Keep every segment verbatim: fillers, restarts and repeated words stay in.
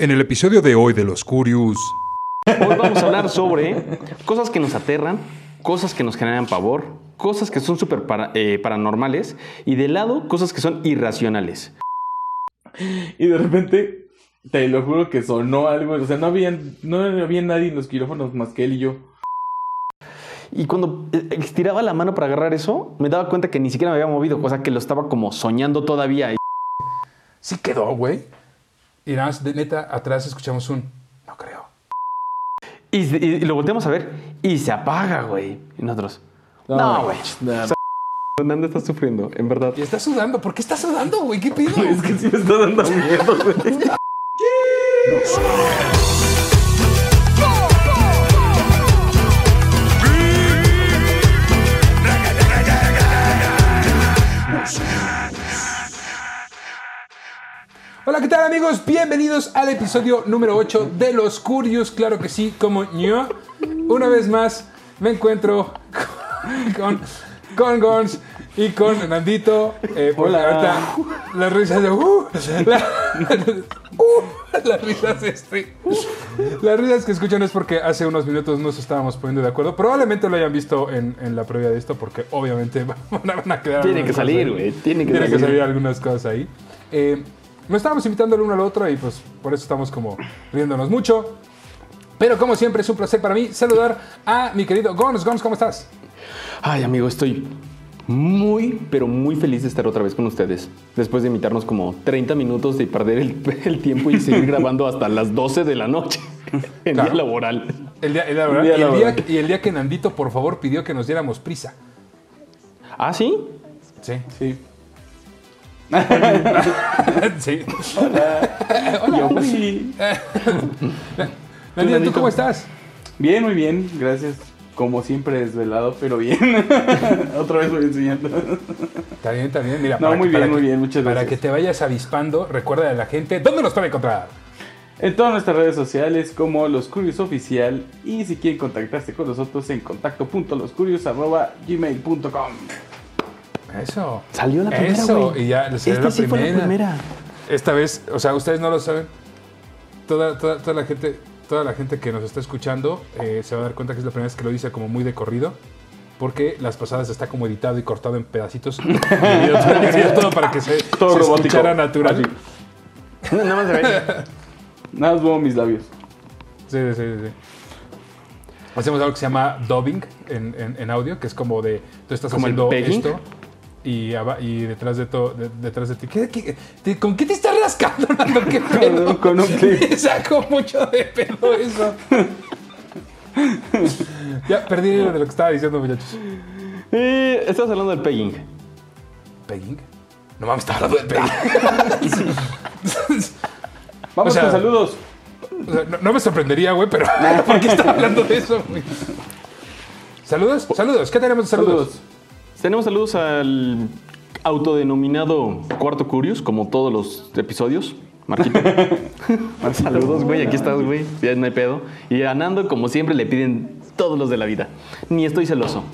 En el episodio de hoy de Los Curious, hoy vamos a hablar sobre cosas que nos aterran, cosas que nos generan pavor, cosas que son súper para, eh, paranormales y de lado cosas que son irracionales. Y de repente, te lo juro que sonó algo, o sea, no había, no había nadie en los quirófanos más que él y yo. Y cuando estiraba la mano para agarrar eso, me daba cuenta que ni siquiera me había movido, o sea, que lo estaba como soñando todavía. sí quedó, güey. Y nada más, de neta, atrás escuchamos un... No creo. Y, y, y lo volteamos a ver y se apaga, güey. Y nosotros... No, güey. No, Nando está sufriendo, en verdad. Y está sudando. ¿Por qué está sudando, güey? ¿Qué pido? Es que sí me está dando miedo, güey. Hola, ¿qué tal, amigos? Bienvenidos al episodio número ocho de Los Curious. Claro que sí, como yo. Una vez más me encuentro con, con Gons y con Nandito. Eh, Hola. Ahorita las risas de... Uh, la, uh, las risas este... Las risas que escuchan es porque hace unos minutos nos estábamos poniendo de acuerdo. Probablemente lo hayan visto en, en la previa de esto porque obviamente van a, van a quedar... Tiene que salir, güey. Tiene que Tiene salir. que salir algunas cosas ahí. Eh... Nos estábamos invitando el uno al otro y pues por eso estamos como riéndonos mucho. Pero como siempre es un placer para mí saludar a mi querido Gons. Gons, ¿cómo estás? Ay, amigo, estoy muy, pero muy feliz de estar otra vez con ustedes. Después de invitarnos como treinta minutos de perder el, el tiempo y seguir grabando hasta las doce de la noche. El Claro. día laboral. El día, el laboral. El día y, el laboral. día, y el día que Nandito, por favor, pidió que nos diéramos prisa. ¿Ah, sí? Sí. Sí. Sí. Yo, sí. Nandito, ¿tú cómo estás? Bien, muy bien, gracias. Como siempre desvelado, pero bien. Otra vez voy enseñando. Está bien, está bien. Mira, No, para muy que- bien, para muy que- bien, muchas Para gracias. que te vayas avispando, recuerda a la gente dónde nos pueden encontrar. En todas nuestras redes sociales como Los Curious Oficial. Y si quieren contactarse con nosotros en contacto punto loscurious arroba gmail punto com. Eso. Salió la primera, Eso. güey. Y ya salió Esta la sí fue la primera. Esta vez, o sea, ustedes no lo saben. Toda, toda, toda la gente, toda la gente que nos está escuchando eh, se va a dar cuenta que es la primera vez que lo dice como muy de corrido. Porque las pasadas está como editado y cortado en pedacitos. Y dividido todo, dividido todo para que se, Todo se robótico. escuchara natural. Así. Nada más de ver. Nada más muevo mis labios. Sí, sí, sí. Hacemos algo que se llama dubbing en, en, en audio, que es como de tú estás ¿Como el haciendo pegging? esto y, aba- y detrás de todo, de- detrás de ti. ¿Qué, qué- te- ¿Con qué te estás rascando, Nando? ¿Qué pedo? Con un clip. Me sacó mucho de pedo eso. Ya perdí el hilo de lo que estaba diciendo, muchachos. Eh, estás hablando del pegging. ¿Pegging? No mames, estaba hablando de pegging. Vamos O sea, con saludos. O sea, no, no me sorprendería, güey, pero ¿por qué estaba hablando de eso, güey? ¿Saludos? Saludos. ¿Qué tenemos de saludos? Saludos. Tenemos saludos al autodenominado Cuarto Curious, como todos los episodios. Marquito. Saludos, güey. Aquí estás, güey. Ya no hay pedo. Y a Nando, como siempre, le piden todos los de la vida. Ni estoy celoso.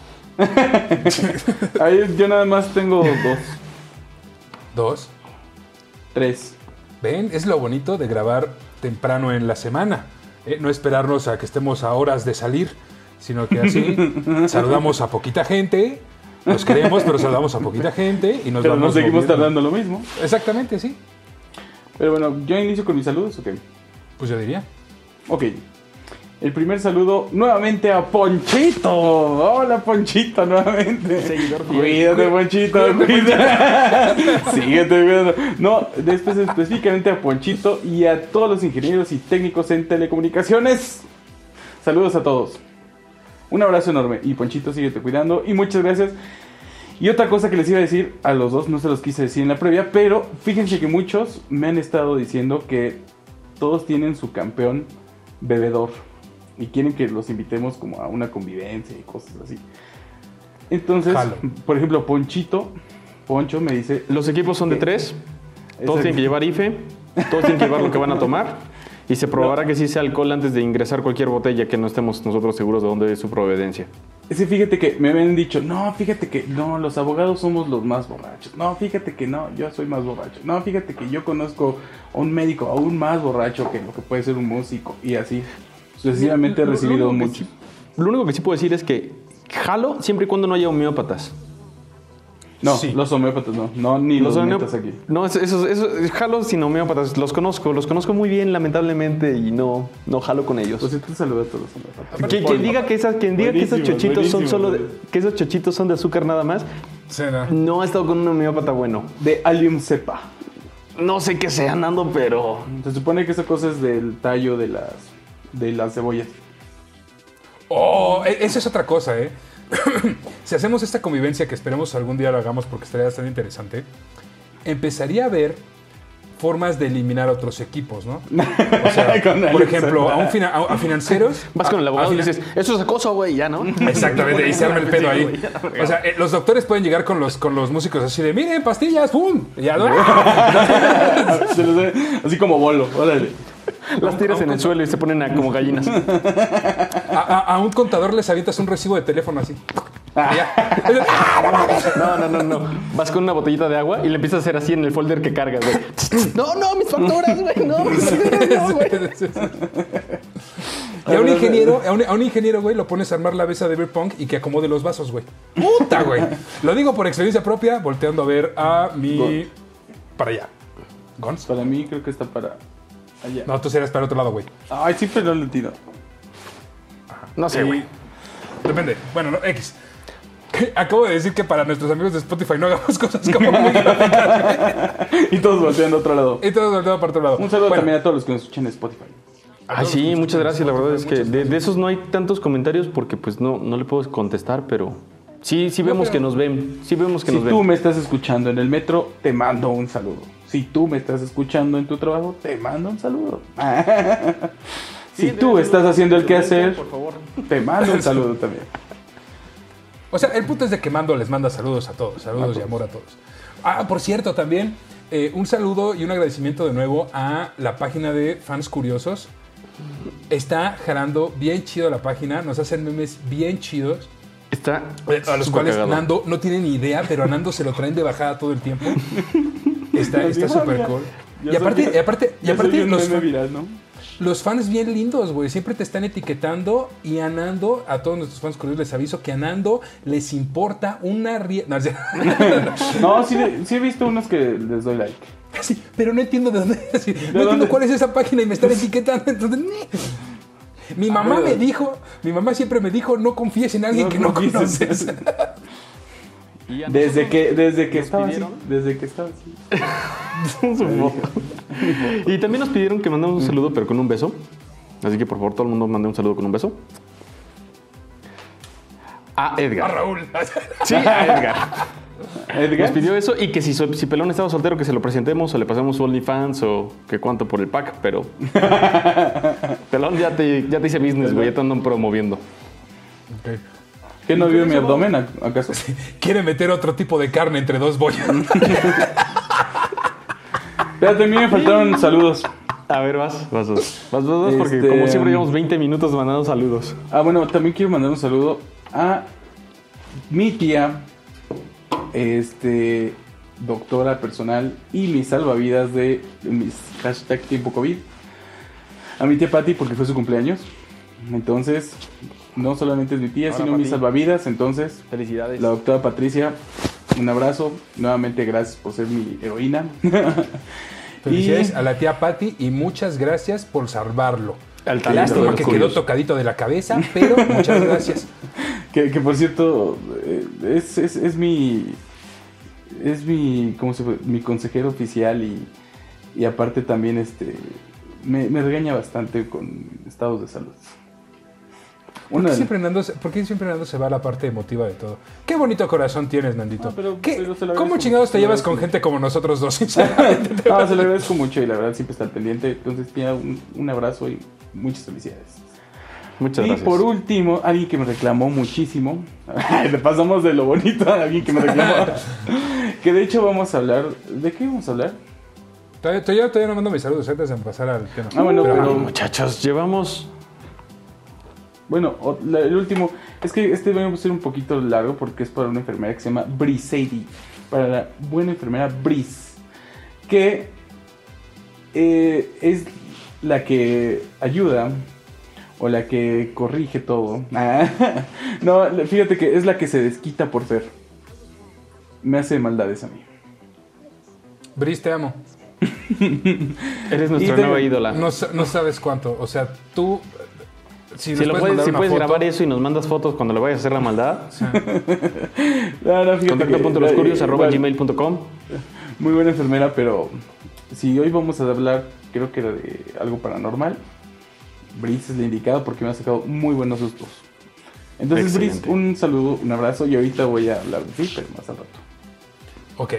Ahí yo nada más tengo dos. Dos. Tres. ¿Ven? Es lo bonito de grabar temprano en la semana. ¿eh? No esperarnos a que estemos a horas de salir, sino que así saludamos a poquita gente, nos queremos, pero saludamos a poquita gente y nos Pero vamos nos seguimos moviendo. tardando lo mismo. Exactamente, sí. Pero bueno, yo inicio con mis saludos, ok. Pues yo diría. Ok. El primer saludo nuevamente a Ponchito. Hola, Ponchito, nuevamente. Seguidor fiel. Cuídate, Ponchito, cuídate. Síguete cuidando. No, después específicamente a Ponchito y a todos los ingenieros y técnicos en telecomunicaciones. Saludos a todos. Un abrazo enorme. Y Ponchito, síguete cuidando. Y muchas gracias. Y otra cosa que les iba a decir a los dos, no se los quise decir en la previa, pero fíjense que muchos me han estado diciendo que todos tienen su campeón bebedor y quieren que los invitemos como a una convivencia y cosas así. Entonces, Jalo. por ejemplo, Ponchito, Poncho me dice... Los equipos son de tres. Todos Exacto. tienen que llevar I F E. Todos tienen que llevar lo que van a tomar y se probará no. que sí sea alcohol antes de ingresar cualquier botella que no estemos nosotros seguros de dónde es su proveniencia. Sí, fíjate que me habían dicho, no, fíjate que no, los abogados somos los más borrachos. No, fíjate que no, yo soy más borracho. No, fíjate que yo conozco a un médico aún más borracho que lo que puede ser un músico. Y así, sucesivamente he recibido mucho. Lo único que sí puedo decir es que jalo siempre y cuando no haya homeópatas. No, sí. Los homeópatas no, no ni los, los metas aquí. No, eso, eso, eso, jalo sin homeópatas, los conozco, los conozco muy bien, lamentablemente, y no, no jalo con ellos. Pues sí, te saludo a todos los homeópatas. Quien, quien diga que esas, quien diga que esos chochitos son solo de, que esos chochitos son de azúcar nada más, sí, no. no ha estado con un homeópata bueno. De Allium cepa. No sé qué sea, Nando, pero se supone que esa cosa es del tallo de las de las cebollas. Oh, esa es otra cosa, ¿eh? Si hacemos esta convivencia, que esperemos algún día lo hagamos porque estaría bastante interesante, empezaría a haber formas de eliminar otros equipos, ¿no? O sea, por ejemplo, a, un fina, a, a financieros... Vas con el abogado y dices, eso es acoso, güey, ya, ¿no? Exactamente, y se arma el pedo ahí. O sea, eh, los doctores pueden llegar con los, con los músicos así de, miren, pastillas, ¡pum! Y ya, ¿no? Así como bolo, órale. Las tiras en el suelo y se ponen a, como gallinas. A, a, a un contador les avientas un recibo de teléfono así. No, no, no, no. Vas con una botellita de agua y le empiezas a hacer así en el folder que cargas, güey. No, no, mis facturas, güey. No, mis facturas, no, güey. Y a un ingeniero, a un, a un ingeniero, güey, lo pones a armar la mesa de beer pong y que acomode los vasos, güey. Puta, güey. Lo digo por experiencia propia, volteando a ver a mi... Gon. Para allá. ¿Gons? Para mí creo que está para allá. No, tú serás para el otro lado, güey. Ay, siempre lo he tiro. No sé, güey. Depende. Bueno, no, X. Acabo de decir que para nuestros amigos de Spotify no hagamos cosas como muy gráficas. Y todos volteando a otro lado. Y todos volteando para otro lado. Un saludo bueno. también a todos los que nos escuchan en Spotify. Ay, sí, muchas gracias. La verdad es que de, de esos no hay tantos comentarios porque pues no, no le puedo contestar, pero sí, sí vemos no, pero... que nos ven. Sí vemos que si nos ven. Si tú me estás escuchando en el metro, te mando un saludo. Si tú me estás escuchando en tu trabajo, te mando un saludo. Si sí, tú estás haciendo el quehacer, por favor, te mando un saludo también. O sea, el punto es de que Mando les manda saludos a todos. Saludos a todos. Y amor a todos. Ah, por cierto, también eh, un saludo y un agradecimiento de nuevo a la página de Fans Curiosos. Está jalando bien chido la página. Nos hacen memes bien chidos. Está eh, a los cuales cagado. Nando no tiene ni idea, pero a Nando se lo traen de bajada todo el tiempo. Está súper cool. Y aparte, y aparte, y aparte los, viral, ¿no? los fans bien lindos, güey. Siempre te están etiquetando y a Nando, a todos nuestros fans curiosos les aviso que a Nando les importa una rie... No, no sí, sí he visto unos que les doy like. Sí, pero no entiendo de dónde. Sí, ¿De no dónde? entiendo cuál es esa página y me están etiquetando. Entonces, mi mamá ah, me dijo, mi mamá siempre me dijo, no confíes en alguien no que no conoces. Desde que, desde que estaba así, desde que estaba así. Y también nos pidieron que mandamos un saludo, pero con un beso. Así que por favor, todo el mundo mande un saludo con un beso. A Edgar. A Raúl. Sí, a Edgar. Edgar nos pidió eso y que si, si Pelón estaba soltero, que se lo presentemos o le pasemos su OnlyFans o que cuánto por el pack, pero Pelón ya te, ya te hice business, güey, ya te andan promoviendo. Ok. ¿Qué no vio mi abdomen, acaso? Sí, quiere meter otro tipo de carne entre dos bollas. Espérate, a mí me faltaron saludos. A ver, vas, vas, vas, vas, vas porque este... como siempre llevamos veinte minutos mandando saludos. Ah, bueno, también quiero mandar un saludo a mi tía, este, doctora personal y mi salvavidas de mis hashtag tiempo COVID. A mi tía Patti porque fue su cumpleaños. Entonces... no solamente es mi tía, Ahora, sino Pati. mis salvavidas. Entonces, felicidades. La doctora Patricia, un abrazo. Nuevamente, gracias por ser mi heroína. Felicidades y... a la tía Patti y muchas gracias por salvarlo. Al Lástima que quedó tocadito de la cabeza, pero muchas gracias. que, que por cierto, es, es, es mi... Es mi... ¿Cómo se fue? Mi consejero oficial y, y aparte también este me, me regaña bastante con estados de salud. ¿Por qué, siempre Nando, ¿Por qué siempre Nando se va a la parte emotiva de todo? Qué bonito corazón tienes, Nandito. No, pero, pero ¿Cómo chingados te llevas con gente como nosotros dos? No, se lo agradezco mucho y la verdad siempre está al pendiente. Entonces, tía, un, un abrazo y muchas felicidades. Muchas y gracias. Y por último, alguien que me reclamó muchísimo. Le pasamos de lo bonito a alguien que me reclamó. Que de hecho vamos a hablar... ¿De qué vamos a hablar? Todavía, todavía, todavía no mando mis saludos antes de pasar al tema. Ah, bueno, pero, pero- ah, Muchachos, llevamos... Bueno, o- la- el último, es que este va a ser un poquito largo porque es para una enfermera que se llama Brisady, para la buena enfermera Brice, que eh, es la que ayuda o la que corrige todo. No, fíjate que es la que se desquita por Fer. Me hace maldades a mí. Brice, te amo. Eres nuestra Y te- nueva ídola. No, sa- no sabes cuánto. O sea, tú... Si, si nos lo puedes puedes, mandar si una puedes foto, grabar eso y nos mandas fotos cuando le vayas a hacer la maldad, No, no, fíjate que- contacto.loscurios arroba igual, gmail punto com. Muy buena enfermera, pero si hoy vamos a hablar, creo que era de algo paranormal, Brice es la indicada porque me ha sacado muy buenos sustos. Entonces, Brice, Excelente. un saludo, un abrazo y ahorita voy a hablar de ti, pero más al rato. Ok.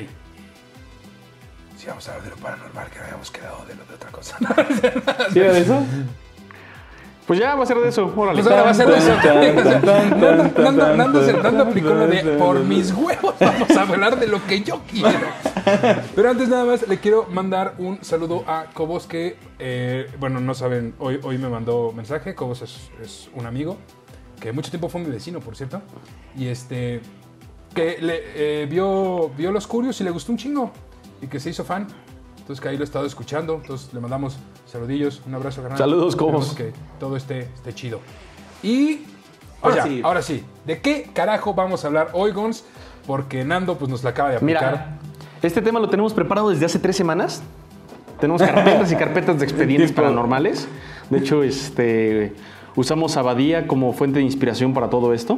Si vamos a hablar de lo paranormal, que habíamos quedado de lo de otra cosa. ¿Sí era de eso? Pues ya va a ser de eso, órale. Pues ahora va a ser de eso. Tan, tan, tan, Nando, tan, Nando, tan, Nando, se- tan, Nando tan, aplicó lo de tan, por tan, mis huevos vamos a hablar de lo que yo quiero. Pero antes nada más le quiero mandar un saludo a Cobos que, eh, bueno, no saben, hoy, hoy me mandó mensaje. Cobos es, es un amigo que mucho tiempo fue mi vecino, por cierto. Y este, que le, eh, vio, vio Los Curios y le gustó un chingo. Y que se hizo fan. Entonces que ahí lo he estado escuchando. Entonces le mandamos saludillos, un abrazo, carnal. Saludos, Cobos. Esperemos que todo esté, esté chido. Y ahora Ahora sí, sí. ahora sí. ¿De qué carajo vamos a hablar hoy, Gons? Porque Nando pues nos la acaba de aplicar. Mira, este tema lo tenemos preparado desde hace tres semanas. Tenemos carpetas y carpetas de expedientes Tiempo. paranormales. De hecho, este, usamos Abadía como fuente de inspiración para todo esto.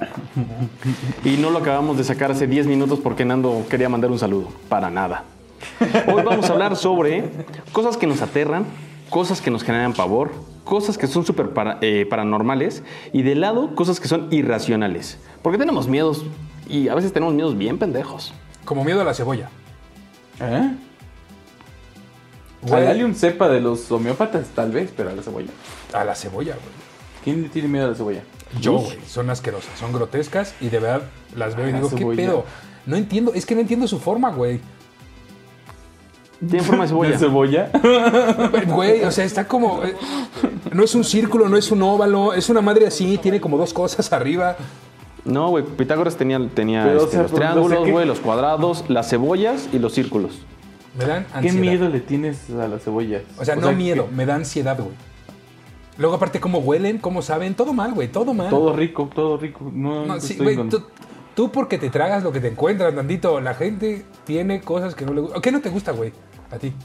Y no lo acabamos de sacar hace diez minutos porque Nando quería mandar un saludo. Para nada. Hoy vamos a hablar sobre cosas que nos aterran, cosas que nos generan pavor, cosas que son súper para- eh, paranormales y de lado cosas que son irracionales. Porque tenemos miedos y a veces tenemos miedos bien pendejos. Como miedo a la cebolla. ¿Eh? Güey, Al Allium cepa de los homeópatas, tal vez, pero a la cebolla. a la cebolla, güey. ¿Quién le tiene miedo a la cebolla? Yo, güey. Son asquerosas, son grotescas y de verdad las veo y La digo, ¿qué cebolla. pedo? No entiendo, es que no entiendo su forma, güey. Tiene forma de cebolla. ¿De cebolla? Güey, o sea, está como... eh, no es un círculo, no es un óvalo, es una madre así, tiene como dos cosas arriba. No, güey, Pitágoras tenía, tenía Pero, o este, sea, los pero, o sea, triángulos, ¿qué- güey, los cuadrados, las cebollas y los círculos. Me dan ¿Qué ansiedad. miedo le tienes a las cebollas? O sea, no miedo, me da ansiedad, güey. Luego aparte cómo huelen, cómo saben, todo mal, güey, todo mal. Todo rico, todo rico. No, No, no sí, estoy güey, con- tú, tú porque te tragas lo que te encuentras, Nandito. La gente tiene cosas que no le gustan. ¿Qué no te gusta, güey? A ti.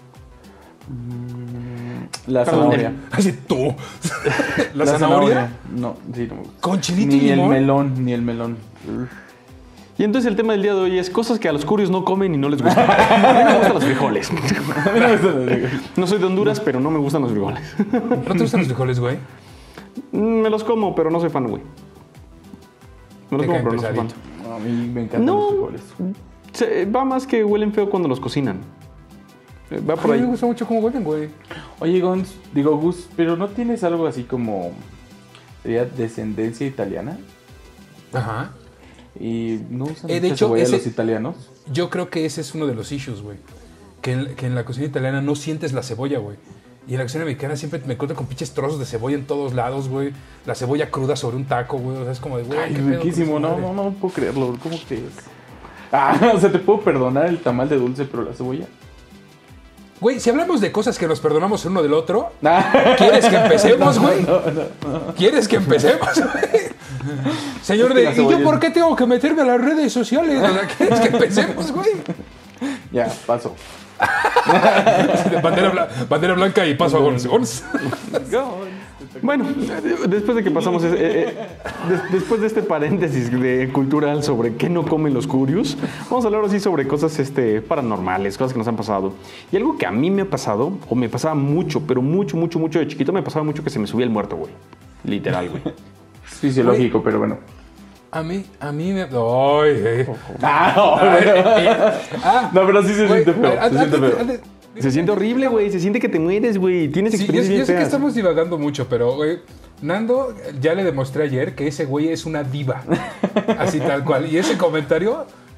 La Perdón, zanahoria. Así tú. ¿La, zanahoria? No, sí, no me gusta. ¿Con chilito Ni y el limón? melón, ni el melón. Uf. Y entonces el tema del día de hoy es cosas que a los curios no comen y no les gustan. A mí me gustan los frijoles. A mí no me gusta la de- No soy de Honduras, pero no me gustan los frijoles. ¿No te gustan los frijoles, güey? Me los como, pero no soy fan, güey. Me los Te como, caen pero no soy fan. pesadito. No, a mí me encantan No. los frijoles. Se- va más que huelen feo cuando los cocinan. Eh, Va A por mí me ahí. gusta mucho cómo huelen, güey. Oye, Gons, digo, Gus, pero ¿no tienes algo así como... sería descendencia italiana? Ajá. Y no usan Eh, de mucha hecho, cebolla ese- los italianos. Yo creo que ese es uno de los issues, güey. Que en, que en la cocina italiana no sientes la cebolla, güey. Y en la cocina mexicana siempre me encuentro con pinches trozos de cebolla en todos lados, güey. La cebolla cruda sobre un taco, güey. O sea, es como de, güey, Ay, qué pedo con riquísimo. esa No, madre. no, no puedo creerlo. ¿Cómo crees? Ah, o sea, te puedo perdonar el tamal de dulce, pero la cebolla. Güey, si hablamos de cosas que nos perdonamos el uno del otro, Ah, ¿quieres que empecemos, güey? no, no. ¿Quieres que empecemos, güey? Señor Es que de, la ¿y yo cebolla por es- qué tengo que meterme a las redes sociales? O sea, ¿quieres que empecemos, güey? Ya, paso. Bandera, bla- bandera blanca y paso a Gons. Gons. Bueno, eh, después de que pasamos, ese- eh, eh, des- después de este paréntesis de cultural sobre qué no comen los curios, vamos a hablar así sobre cosas este, paranormales, cosas que nos han pasado. Y algo que a mí me ha pasado, o me pasaba mucho, pero mucho, mucho, mucho de chiquito, me pasaba mucho que se me subía el muerto, güey. Literal, güey. Es fisiológico, pero bueno. A mí, a mí me... Ay, eh. Ah, no, A ver, eh, eh. Ah, no, pero sí se güey, siente feo. a- Se antes- siente feo. antes- Se siente horrible, güey. Se siente que te mueres, güey. Tienes Sí, yo, experiencias yo bien sé que feas. estamos divagando mucho, pero, güey, Nando, ya le demostré ayer que ese güey es una diva. Así tal cual. Y ese comentario,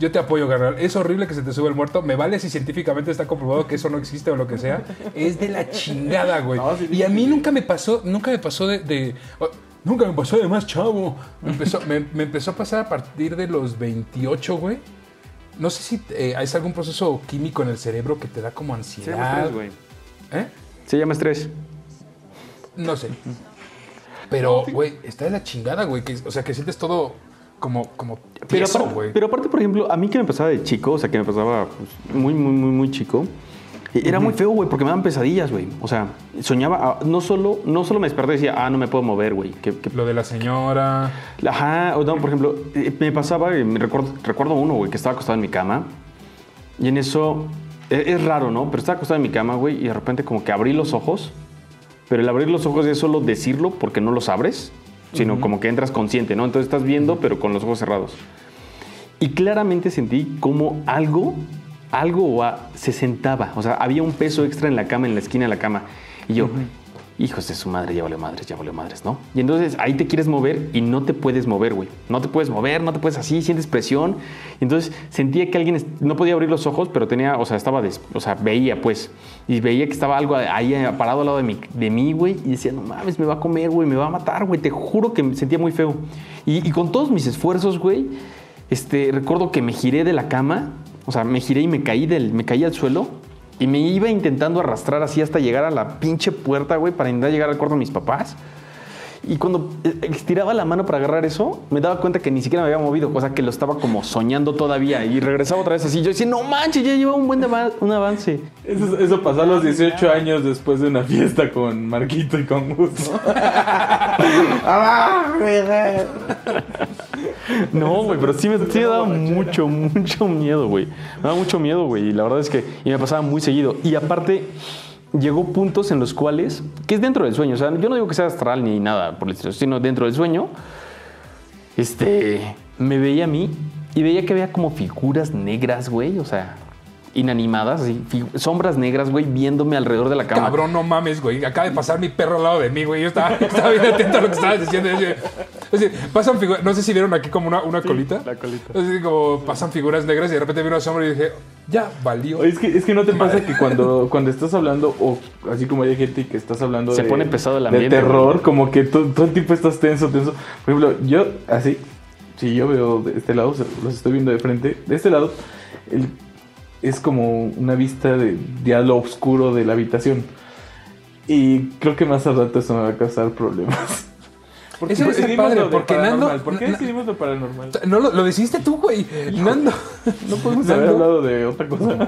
Yo te apoyo, carnal. Es horrible que se te sube el muerto. Me vale si científicamente está comprobado que eso no existe o lo que sea. Es de la chingada, güey. No, sí, y a mí sí. nunca me pasó, nunca me pasó de... de oh, nunca me pasó de más chavo. Me empezó, me, me empezó a pasar a partir de los veintiocho, güey. No sé si eh, es algún proceso químico en el cerebro que te da como ansiedad. Se llama estrés, güey. ¿Eh? Se llama estrés. No sé. Pero, güey, está de la chingada, güey. Que, o sea, que sientes todo... Como, como pero, tieso, aparte, pero aparte, por ejemplo, a mí que me pasaba de chico, o sea, que me pasaba pues, muy, muy, muy, muy chico, era uh-huh. muy feo, güey, porque me daban pesadillas, güey. O sea, soñaba, no solo, no solo me desperté y decía, ah, no me puedo mover, güey. Que, que... Lo de la señora. Ajá, o no, por ejemplo, me pasaba, me recuerdo, recuerdo uno, güey, que estaba acostado en mi cama y en eso, es, es raro, ¿no? Pero estaba acostado en mi cama, güey, y de repente como que abrí los ojos, pero el abrir los ojos es solo decirlo porque no los abres. Sino uh-huh. como que entras consciente, ¿no? Entonces estás viendo, pero con los ojos cerrados. Y claramente sentí como algo, algo se sentaba. O sea, había un peso extra en la cama, en la esquina de la cama. Y yo, uh-huh. hijos de su madre, ya valió madres, ya valió madres, ¿no? Y entonces ahí te quieres mover y no te puedes mover, güey. No te puedes mover, no te puedes así, sientes presión. Y entonces sentía que alguien no podía abrir los ojos, pero tenía, o sea, estaba, des, o sea, veía, pues. Y veía que estaba algo ahí parado al lado de mí, de mí, güey. Y decía, no mames, me va a comer, güey, me va a matar, güey. Te juro que me sentía muy feo. Y, y con todos mis esfuerzos, güey, este, recuerdo que me giré de la cama. O sea, me giré y me caí, del, me caí al suelo. Y me iba intentando arrastrar así hasta llegar a la pinche puerta, güey, para intentar llegar al cuarto de mis papás. Y cuando estiraba la mano para agarrar eso, me daba cuenta que ni siquiera me había movido. O sea, que lo estaba como soñando todavía. Y regresaba otra vez así. Yo decía, no manches, ya llevaba un buen un avance. Eso, eso pasó a los dieciocho años después de una fiesta con Marquito y con Gus, ¿no? No, güey, pero sí me, sí me daba mucho, mucho miedo, güey. Me daba mucho miedo, güey. Y la verdad es que y me pasaba muy seguido. Y aparte... llegó puntos en los cuales, que es dentro del sueño, o sea, yo no digo que sea astral ni nada por el estilo, sino dentro del sueño, este, me veía a mí y veía que había como figuras negras, güey, o sea, inanimadas, así, sombras negras, güey, viéndome alrededor de la cama. Cabrón, no mames, güey, acaba de pasar mi perro al lado de mí, güey, yo estaba, estaba bien atento a lo que estabas diciendo. Es decir, pasan figuras, no sé si vieron aquí como una, una sí, colita. La colita. Es decir, como pasan figuras negras y de repente vi una sombra y dije, ya, valió. Oye, es que, es que no te pasa que cuando, cuando estás hablando, o así como hay gente que estás hablando se de... pone pesado el ambiente. De terror, güey. Como que todo, todo el tiempo estás tenso, tenso. Por ejemplo, yo, así, si yo veo de este lado, los estoy viendo de frente, de este lado, el... es como una vista de diálogo oscuro de la habitación. Y creo que más al rato eso me va a causar problemas. ¿Por qué decidimos padre, lo porque Nando, ¿Por qué decidimos lo paranormal? No, lo, lo decidiste tú, güey. Nando. No podemos haber hablado de otra cosa.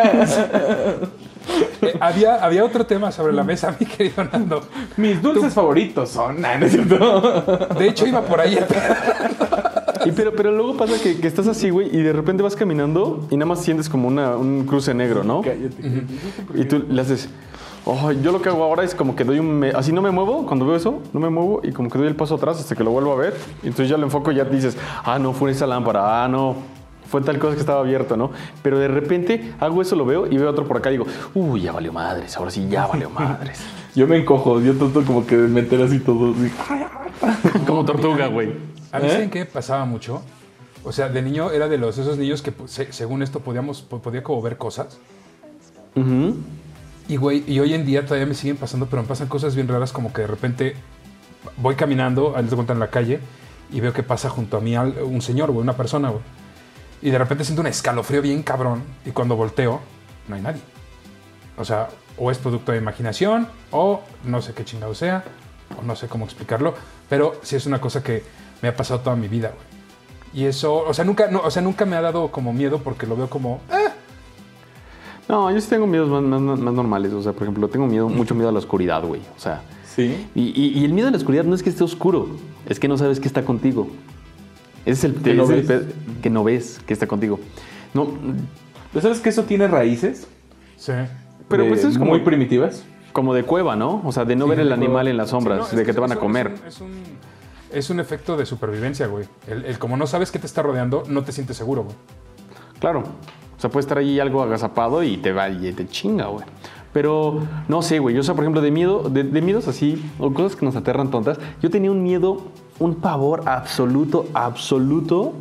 eh, había, había otro tema sobre la mesa, mi querido Nando. Mis dulces tú... favoritos son... ¿No es cierto? De hecho, iba por ahí. Y pero, pero luego pasa que, que estás así, güey, y de repente vas caminando y nada más sientes como una, un cruce negro, ¿no? Cállate. Uh-huh. Y tú le haces... Oh, yo lo que hago ahora es como que doy un... Me, así no me muevo, cuando veo eso, no me muevo y como que doy el paso atrás hasta que lo vuelvo a ver. Y entonces ya lo enfoco y ya dices, ah, no, fue esa lámpara, ah, no, fue tal cosa que estaba abierta, ¿no? Pero de repente hago eso, lo veo y veo otro por acá y digo, uy, ya valió madres, ahora sí, ya valió madres. Yo me encojo, yo trato como que de meter así todo. Así. Como tortuga, güey. A mí, ¿saben qué pasaba mucho? O sea, de niño era de los esos niños que se, según esto podíamos, podía como ver cosas. Uh-huh. Y güey, y hoy en día todavía me siguen pasando, pero me pasan cosas bien raras, como que de repente voy caminando, les cuento en la calle, y veo que pasa junto a mí un señor, güey, una persona, güey. Y de repente siento un escalofrío bien cabrón, y cuando volteo, no hay nadie. O sea, o es producto de imaginación, o no sé qué chingado sea, o no sé cómo explicarlo, pero sí es una cosa que me ha pasado toda mi vida, güey. Y eso, o sea, nunca, no, o sea, nunca me ha dado como miedo porque lo veo como... Eh. No, yo sí tengo miedos más, más, más normales. O sea, por ejemplo, tengo miedo, mucho miedo a la oscuridad, güey. O sea... Sí. Y, y, y el miedo a la oscuridad no es que esté oscuro, es que no sabes que está contigo. Ese es el... Que no, ese ves. Es el que no ves que está contigo. No... ¿Sabes que eso tiene raíces? Sí. Pero de, pues es como... muy primitivas. Como de cueva, ¿no? O sea, de no sí, ver el animal en las sombras, sí, no, de que, que te van a comer. Es un, es, un, es un efecto de supervivencia, güey. El, el como no sabes qué te está rodeando, no te sientes seguro, güey. Claro. O sea, puede estar ahí algo agazapado y te va y te chinga, güey. Pero no sé, güey. Yo, o sea, por ejemplo, de miedo, de, de miedos así, o cosas que nos aterran tontas, yo tenía un miedo, un pavor absoluto, absoluto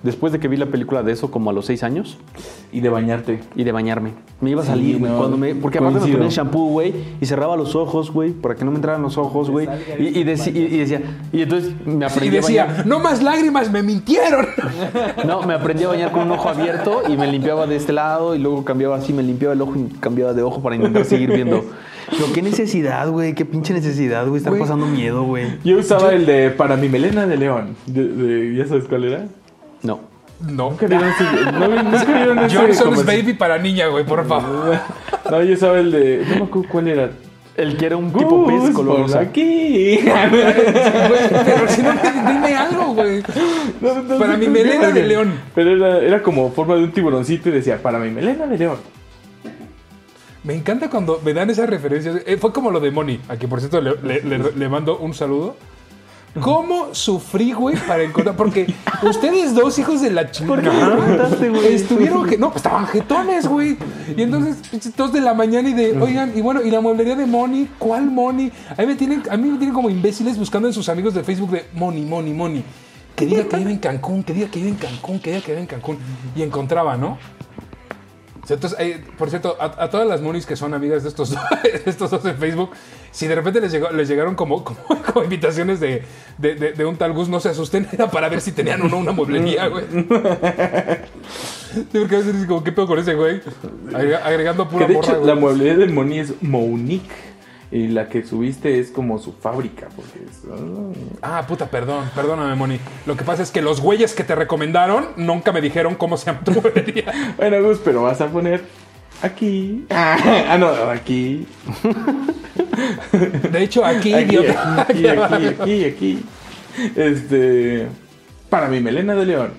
después de que vi la película de eso, como a los seis años. Y de bañarte. Y de bañarme. Me iba a Sí, salir, güey. no, cuando me, porque aparte me coincido. ponía shampoo, güey. Y cerraba los ojos, güey. Para que no me entraran los ojos, güey. Y, y, deci- y- y decía... Y entonces me Y aprendí a decía, bañar. no más lágrimas, me mintieron. No, me aprendí a bañar con un ojo abierto. Y me limpiaba de este lado. Y luego cambiaba así. Me limpiaba el ojo y cambiaba de ojo para intentar seguir viendo. Pero qué necesidad, güey. Qué pinche necesidad, güey. Estar Güey. pasando miedo, güey. Yo usaba el de para mi melena de león. De, de- ¿Ya sabes cuál era? No. No. ¿Nunca vieron ese? ¿No, nunca vieron ese Johnson's comercial? Baby para niña, güey, por favor. No, yo usaba el de... No me acuerdo cuál era. El que era un tipo pez Gus, color por rosa. aquí. Güey, pero si no, dime algo, güey. No, no Para sé mi cómo se melena llama. de león. Pero era, era como forma de un tiburoncito y decía, para mi melena de león. Me encanta cuando me dan esas referencias. Eh, fue como lo de Moni, a quien por cierto le, le- le- le mando un saludo. ¿Cómo sufrí, güey, para encontrar? Porque ustedes dos hijos de la chingada. ¿Por qué me preguntaste, güey? Estuvieron que. No, pues estaban jetones, güey. Y entonces, pinches, dos de la mañana y de. Oigan, y bueno, y la mueblería de Moni, ¿cuál Moni? A mí me tienen, a mí me tienen como imbéciles buscando en sus amigos de Facebook de Moni, Moni, Moni. Que diga que vive en Cancún, que diga que vive en Cancún, que diga que vive en Cancún. Y encontraba, ¿no? O sea, entonces, eh, por cierto, a, a todas las monis que son amigas de estos, dos, de estos dos en Facebook, si de repente les, llegó, les llegaron como, como, como invitaciones de, de, de, de un tal Gus, no se asusten, era para ver si tenían o no una mueblería, güey. Sí, porque a veces es como, ¿qué pedo con ese güey? Agrega- Agregando pura Que de morra, hecho, güey. la mueblería de Moni es Monique. Y la que subiste es como su fábrica. Porque es... Ah, puta, perdón, perdóname, Moni. Lo que pasa es que los güeyes que te recomendaron nunca me dijeron cómo se llama tu mueblería. Bueno, Gus, pero vas a poner aquí. Ah, no, aquí. De hecho, aquí, Aquí, idiota. aquí, aquí, aquí, aquí. Este. Para mi melena de león.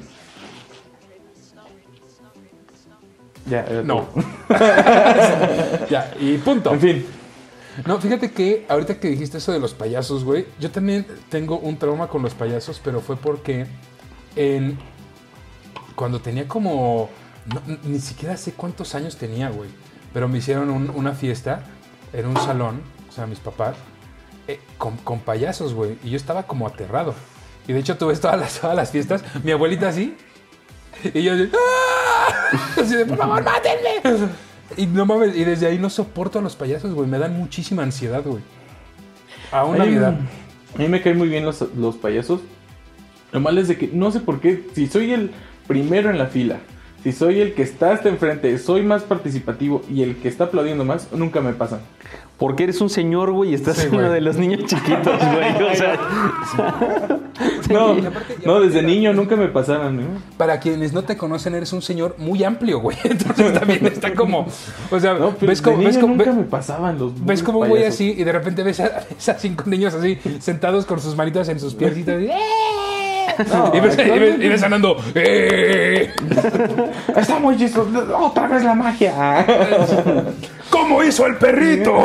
Ya, era No. todo. Ya, y punto. En fin. No, fíjate que ahorita que dijiste eso de los payasos, güey, yo también tengo un trauma con los payasos, pero fue porque en cuando tenía como no, ni siquiera sé cuántos años tenía, güey, pero me hicieron un- una fiesta en un salón, o sea, mis papás, eh, con, con payasos, güey, y yo estaba como aterrado. Y de hecho tú ves todas las, todas las fiestas, mi abuelita así, y yo así, ¡ah! Así de, por favor, mátenme. Y no mames, y desde ahí no soporto a los payasos, güey. Me dan muchísima ansiedad, güey. Aún A mí- Navidad. A mí me caen muy bien los, los payasos. Lo malo es de que no sé por qué, si soy el primero en la fila, si soy el que está hasta enfrente, soy más participativo y el que está aplaudiendo más, nunca me pasan. Porque eres un señor, güey, y estás Sí, uno güey. de los niños chiquitos, güey. O sea, No, y aparte- y no, aparte desde la- niño nunca me pasaron. ¿no? Para quienes no te conocen, eres un señor muy amplio, güey. Entonces también está como. O sea, No, pero ves como. de Ves niño como, nunca ve- me pasaban los ves como un güey payasos. así y de repente ves a, ves a cinco niños así sentados con sus manitas en sus piecitos. Y, ¡eh! No, y, ves, y, ves, actualmente- y ves andando. ¡eh! Está muy chistoso. Otra vez la magia. ¿Cómo hizo el perrito?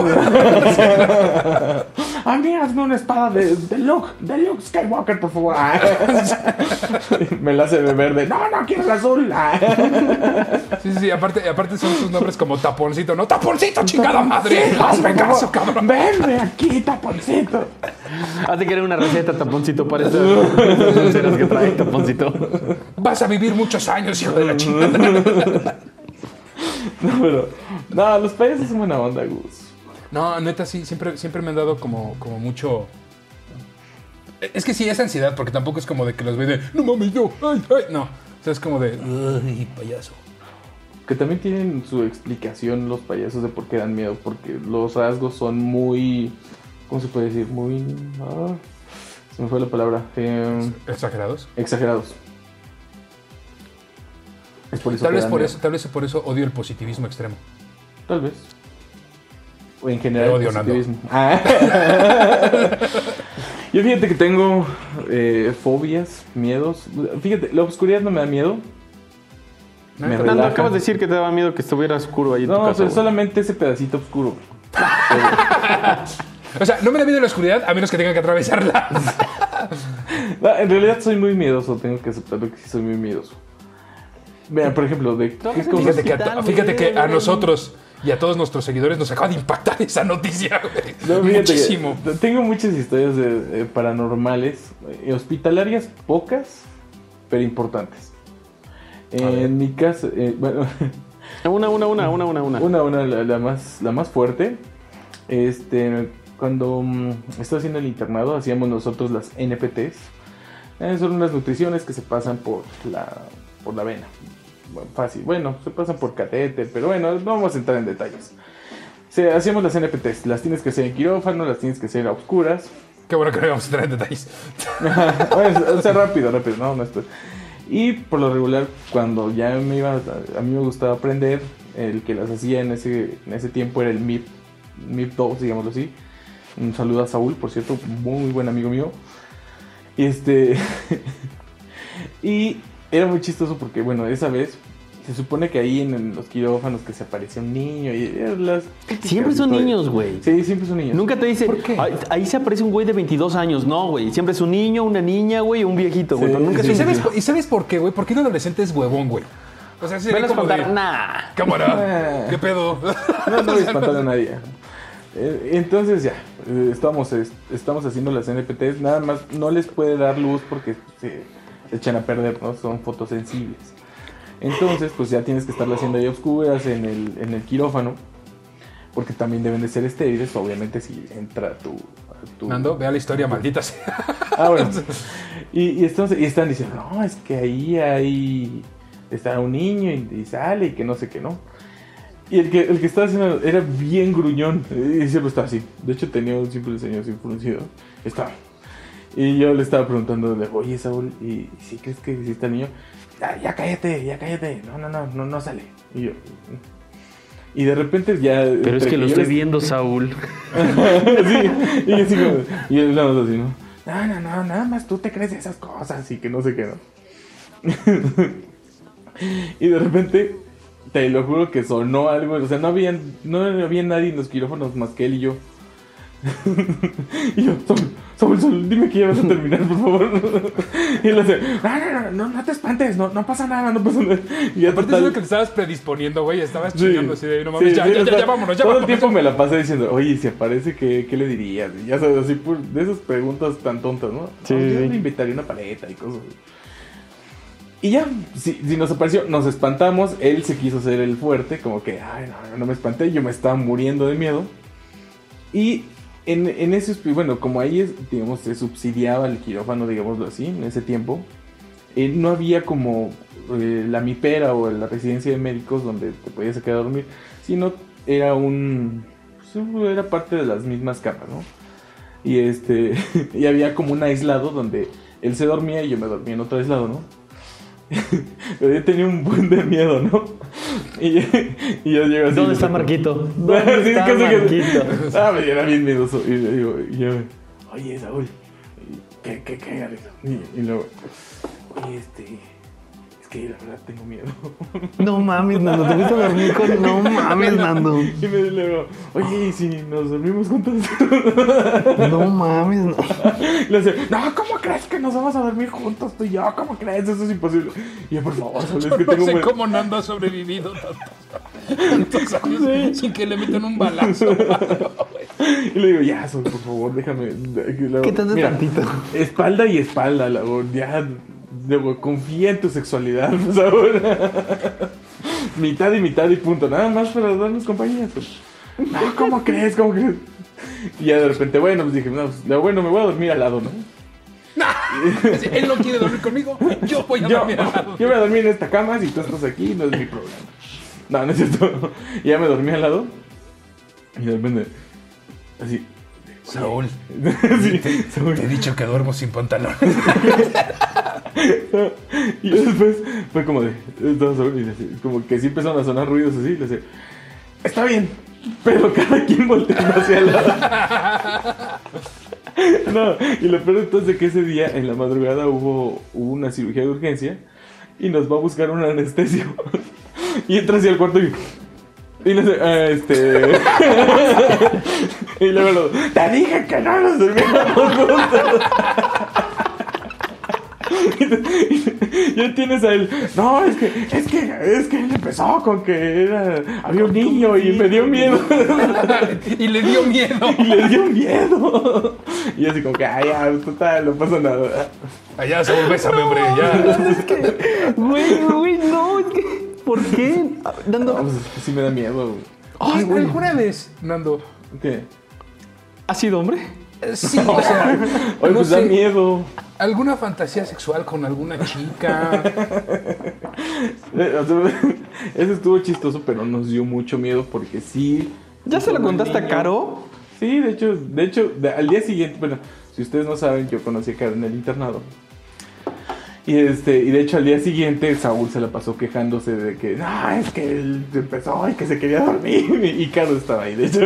A mí hazme una espada de, de Luke, de Luke Skywalker, por favor. Me la hace de verde. No, no, quiero el azul. Sí, sí, sí, aparte, aparte son sus nombres como Taponcito, ¿no? ¡Taponcito, chingada madre! Sí, ¡Hazme por caso, favor. cabrón! Venme aquí, taponcito. has de querer una receta, taponcito, para estas estas dulceras que trae, taponcito. Vas a vivir muchos años, hijo de la chingada. No, pero. No, los payasos son buena onda, Gus. No, neta, sí, siempre, siempre me han dado como, como mucho... Es que sí, es ansiedad, porque tampoco es como de que los veo de... No mames, no, ay, ay, no. O sea, es como de... Ay, payaso. Que también tienen su explicación los payasos de por qué dan miedo. Porque los rasgos son muy. ¿Cómo se puede decir? Muy. Ah, se me fue la palabra. Eh, ¿Exagerados? exagerados. Es por eso Tal que vez dan por miedo. eso, tal vez por eso odio el positivismo extremo. Tal vez. O en general. Te odio, el Nando. positivismo. Ah. Yo fíjate que tengo eh, fobias, miedos. Fíjate, la oscuridad no me da miedo. Me Neta, Nando, relaja. acabas de decir que te daba miedo que estuviera oscuro ahí en tu No, casa, pero güey. solamente ese pedacito oscuro. O sea, no me da miedo la oscuridad a menos que tenga que atravesarla. No, en realidad soy muy miedoso, tengo que aceptarlo que sí soy muy miedoso. Vean, por ejemplo, de qué Todos cosas... Fíjate que a, to- Hospital, fíjate que a güey. nosotros y a todos nuestros seguidores nos acaba de impactar esa noticia, güey. No, fíjate que Muchísimo. tengo muchas historias de, eh, paranormales, eh, hospitalarias pocas, pero importantes. En mi caso, eh, bueno, Una, una, una, una, una, una. una, una la, la más, la más fuerte. Este, cuando um, estaba haciendo el internado, hacíamos nosotros las N P Ts. Eh, son unas nutriciones que se pasan por la, por la vena. Bueno, fácil. Bueno, se pasan por catéter, pero bueno, no vamos a entrar en detalles. Se, hacíamos las N P Ts. Las tienes que hacer en quirófano, las tienes que hacer a oscuras. Qué bueno que no vamos a entrar en detalles. Bueno, o sea, rápido, rápido, no, no estoy. Y por lo regular, cuando ya me iba, a mí me gustaba aprender, el que las hacía en ese, en ese tiempo era el M I P, M I P dos, digámoslo así. Un saludo a Saúl, por cierto, muy buen amigo mío. Y este. Y era muy chistoso porque, bueno, esa vez se supone que ahí en, en los quirófanos que se aparecía un niño y eran las Siempre son historias. niños, güey. Sí, siempre son niños. Nunca te dice, ¿Por qué? "Ay, ahí se aparece un güey de veintidós años. No, güey. Siempre es un niño, una niña, güey, o un viejito, güey. Sí, Pero nunca sí, ¿Y es un sabes, niño. por- ¿Y sabes por qué, güey? Porque un adolescente es huevón, güey. O sea, sí, ¿Me las como contar? de, Nah. cámara, Eh. ¿qué pedo? No, no voy a espantar a nadie. Eh, Entonces ya, eh, estamos, es- estamos haciendo las N P Ts. Nada más no les puede dar luz porque se, se echan a perder, ¿no? Son fotosensibles. Entonces, pues ya tienes que estarlas haciendo ahí a oscuras en el, en el quirófano. Porque también deben de ser estériles, obviamente, si entra tu... tu Nando, vea la historia, maldita sea. Ah, bueno. Y, y, entonces, y están diciendo, no, es que ahí hay... Está un niño y, y sale y que no sé qué, ¿no? Y el que, el que estaba haciendo era bien gruñón. Y siempre estaba así. De hecho, tenía un simple ceño así fruncido. Estaba. Y yo le estaba preguntando, oye, Saúl, ¿y si crees que existe el niño? Ya, ya cállate, ya cállate. No, no, no, no, no sale. Y yo... Y de repente ya... Pero es que lo estoy viendo, Saúl. Sí, y yo así como... Y él nada más así, ¿no? No, no, no, nada más tú te crees esas cosas y que no sé qué, ¿no? Y de repente, te lo juro que sonó algo, o sea, no había, no había nadie en los quirófanos más que él y yo. Y yo, Saúl, Saúl, Saúl, dime que ya vas a terminar, por favor. Y él hace, no, no, no, no, no te espantes, no, no pasa nada, no pasa nada. Y ya Aparte total- es lo que te estabas predisponiendo, güey. Estabas Sí. chingando así de, no mames, Sí, ya, sí, ya, o ya, sea, ya, vámonos, ya todo vámonos. el tiempo ya. me la pasé diciendo, oye, si aparece, ¿qué, qué le dirías? Y ya sabes, así por, de esas preguntas tan tontas, ¿no? Sí, No, yo sí. le invitaría una paleta y cosas. Y ya, si, si nos apareció, nos espantamos. Él se quiso hacer el fuerte, como que, ay, no, no me espanté, yo me estaba muriendo de miedo. Y en, en ese, bueno, como ahí, es, digamos, se subsidiaba el quirófano, digámoslo así, en ese tiempo, eh, no había como eh, la mipera o la residencia de médicos donde te podías quedar a dormir, sino era un, pues, era parte de las mismas camas, ¿no? Y este, y había como un aislado donde él se dormía y yo me dormía en otro aislado, ¿no? Pero yo tenía un buen de miedo, ¿no? Y, y yo llego así. ¿Dónde está Marquito? ¿Dónde Sí, está casi que- Marquito? Ah, me era bien miedoso. Y le digo, y yo, oye, Saúl, ¿qué, qué, qué, Alex? Y, y luego, oye, este, es que la verdad tengo miedo. No mames, Nando, te fuiste a dormir con... No mames, Nando. Y me digo, oye, ¿y si nos dormimos juntos? No mames, no. Y le dice, no, ¿cómo crees que nos vamos a dormir juntos tú y yo? ¿Cómo crees? Eso es imposible. Y yo, por favor, Saúl, es Yo que no tengo sé buen- cómo Nando ha sobrevivido tantos, tantos años sin que le metan un balazo. Y le digo, ya, Saúl, por favor, déjame. Y luego, ¿Qué tanto mira, tantito? espalda y espalda, Lago. Ya, luego, confía en tu sexualidad, Saúl. Mitad y mitad y punto. Nada más para darnos compañía. Pues. No, ¿cómo crees? ¿Cómo crees? Y ya de repente, bueno, pues dije, no, pues, lo bueno, me voy a dormir al lado, ¿no? Él no quiere dormir conmigo, yo voy a Yo, dormir al lado. yo me voy a dormir en esta cama, si tú estás aquí, no es mi problema. No, no es cierto. Y ya me dormí al lado. Y de repente, así. Saúl, Sí, Saúl. te he dicho que duermo sin pantalón. Y después fue como de, estaba Saúl y le decía, como que sí empezaron a sonar ruidos así, le decía, está bien, pero cada quien volteando hacia el lado. No, y lo peor entonces que ese día en la madrugada hubo, hubo una cirugía de urgencia y nos va a buscar un anestesio. Y entra hacia el cuarto y... Y le dice, ah, este... Y luego lo... Te dije que no nos durmiéramos juntos. Ya tienes a él. No, es que, es que, es que él empezó con que era, había un niño y me dio miedo. Y le dio miedo. Y le dio miedo. Y así como que, ay, ya, total, no pasa nada. Allá se volvés a hombre, ya. Es que, güey, güey, no, es que, ¿por qué? Dando... No, pues es que sí me da miedo. Ay, güey. ¿Alguna vez, Nando, ¿Qué? ¿Has sido hombre? sí, o sea, Oye, no pues da sé, miedo. alguna fantasía sexual con alguna chica? Eh, o sea, eso estuvo chistoso, pero nos dio mucho miedo porque sí. ¿Ya se lo como contaste a niño- Caro? Sí, de hecho, de hecho, de- al día siguiente, bueno, si ustedes no saben, yo conocí a Caro en el internado. Y este, y de hecho al día siguiente Saúl se la pasó quejándose de que, no, es que él empezó y que se quería dormir. Y Caro estaba ahí, de hecho.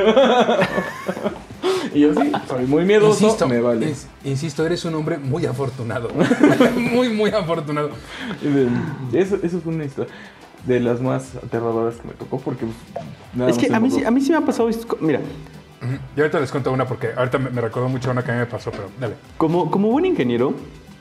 Y yo sí, soy muy miedoso, Insisto, me vale. ins- insisto, eres un hombre muy afortunado. Muy, muy afortunado. Y de- Eso, eso fue una historia de las más aterradoras que me tocó porque pues, nada Es que más a mí, hemos sí- a mí sí me ha pasado esto. Mira, Ujú. Yo ahorita les cuento una porque ahorita me, me recordó mucho una que a mí me pasó, pero dale. como, como buen ingeniero,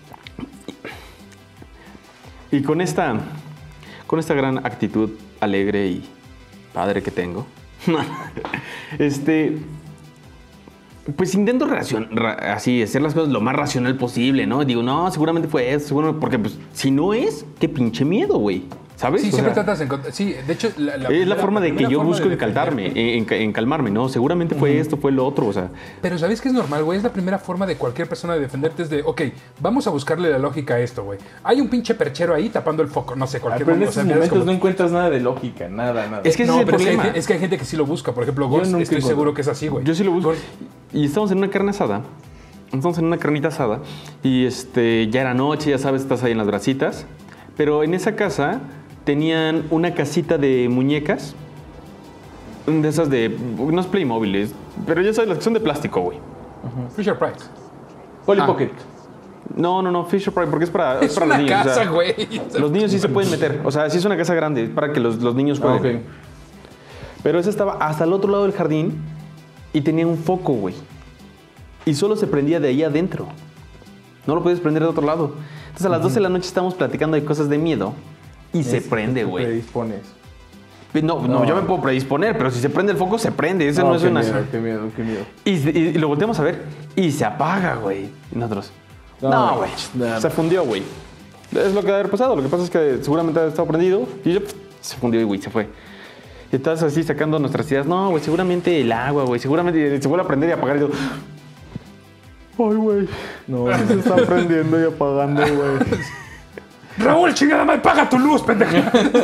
y con esta, con esta gran actitud alegre y padre que tengo, este, pues intento racion- ra- así, hacer las cosas lo más racional posible, ¿no? Digo, no, seguramente fue eso, seguro, porque pues, si no es, qué pinche miedo, güey, ¿sabes? Sí, O siempre sea, tratas de encontrar. Sí, de hecho, la, la es primera- la forma de que primera yo forma busco de encaldarme, defenderte. en, en- encalmarme, ¿no? Seguramente fue esto, fue lo otro, o sea, Pero ¿sabes qué es normal, güey? Es la primera forma de cualquier persona de defenderte. Es de, ok, vamos a buscarle la lógica a esto, güey. Hay un pinche perchero ahí tapando el foco, no sé, Ah, cualquier pero en o esos sea, miras momentos como- no encuentras nada de lógica, nada, nada. Es que ese No, es el pero es que, hay, problema. es que hay gente que sí lo busca. Por ejemplo, Yo Ghost, nunca estoy encuentro. seguro que es así, güey. Yo sí lo busco. Ghost- Y estamos en una carne asada. Estamos en una carnita asada. Y este, ya era noche, ya sabes, estás ahí en las brasitas. Pero en esa casa tenían una casita de muñecas. De esas de. No es Playmobil, es- pero ya sabes, las que son de plástico, güey. Fisher Price. Polly Ah. Pocket. No, no, no, Fisher Price, porque es para, es Es para una los niños. o sea, casa, güey. los niños sí se pueden meter. O sea, sí es una casa grande, es para que los, los niños Ah, jueguen. ok. Pero esa estaba hasta el otro lado del jardín y tenía un foco, güey. Y solo se prendía de ahí adentro. No lo podías prender de otro lado. Entonces a las doce de la noche estábamos platicando de cosas de miedo y se Es- prende, te güey. predispones. No, no, No. yo me puedo predisponer, pero si se prende el foco, se prende. Eso no, No, es qué una... miedo, qué miedo, qué miedo. Y, y- y lo volteamos a ver y se apaga, güey. Y nosotros... No, No, güey. nada. Se fundió, güey. Es lo que ha de haber pasado. Lo que pasa es que seguramente ha estado prendido y yo, pff, se fundió y, güey, se fue. Y estás así sacando nuestras ideas. No, güey, seguramente el agua, güey. Seguramente se vuelve a prender y apagar. Y yo, ay, güey. No, Se está prendiendo y apagando, güey. Raúl, chingada madre, paga tu luz, pendejo.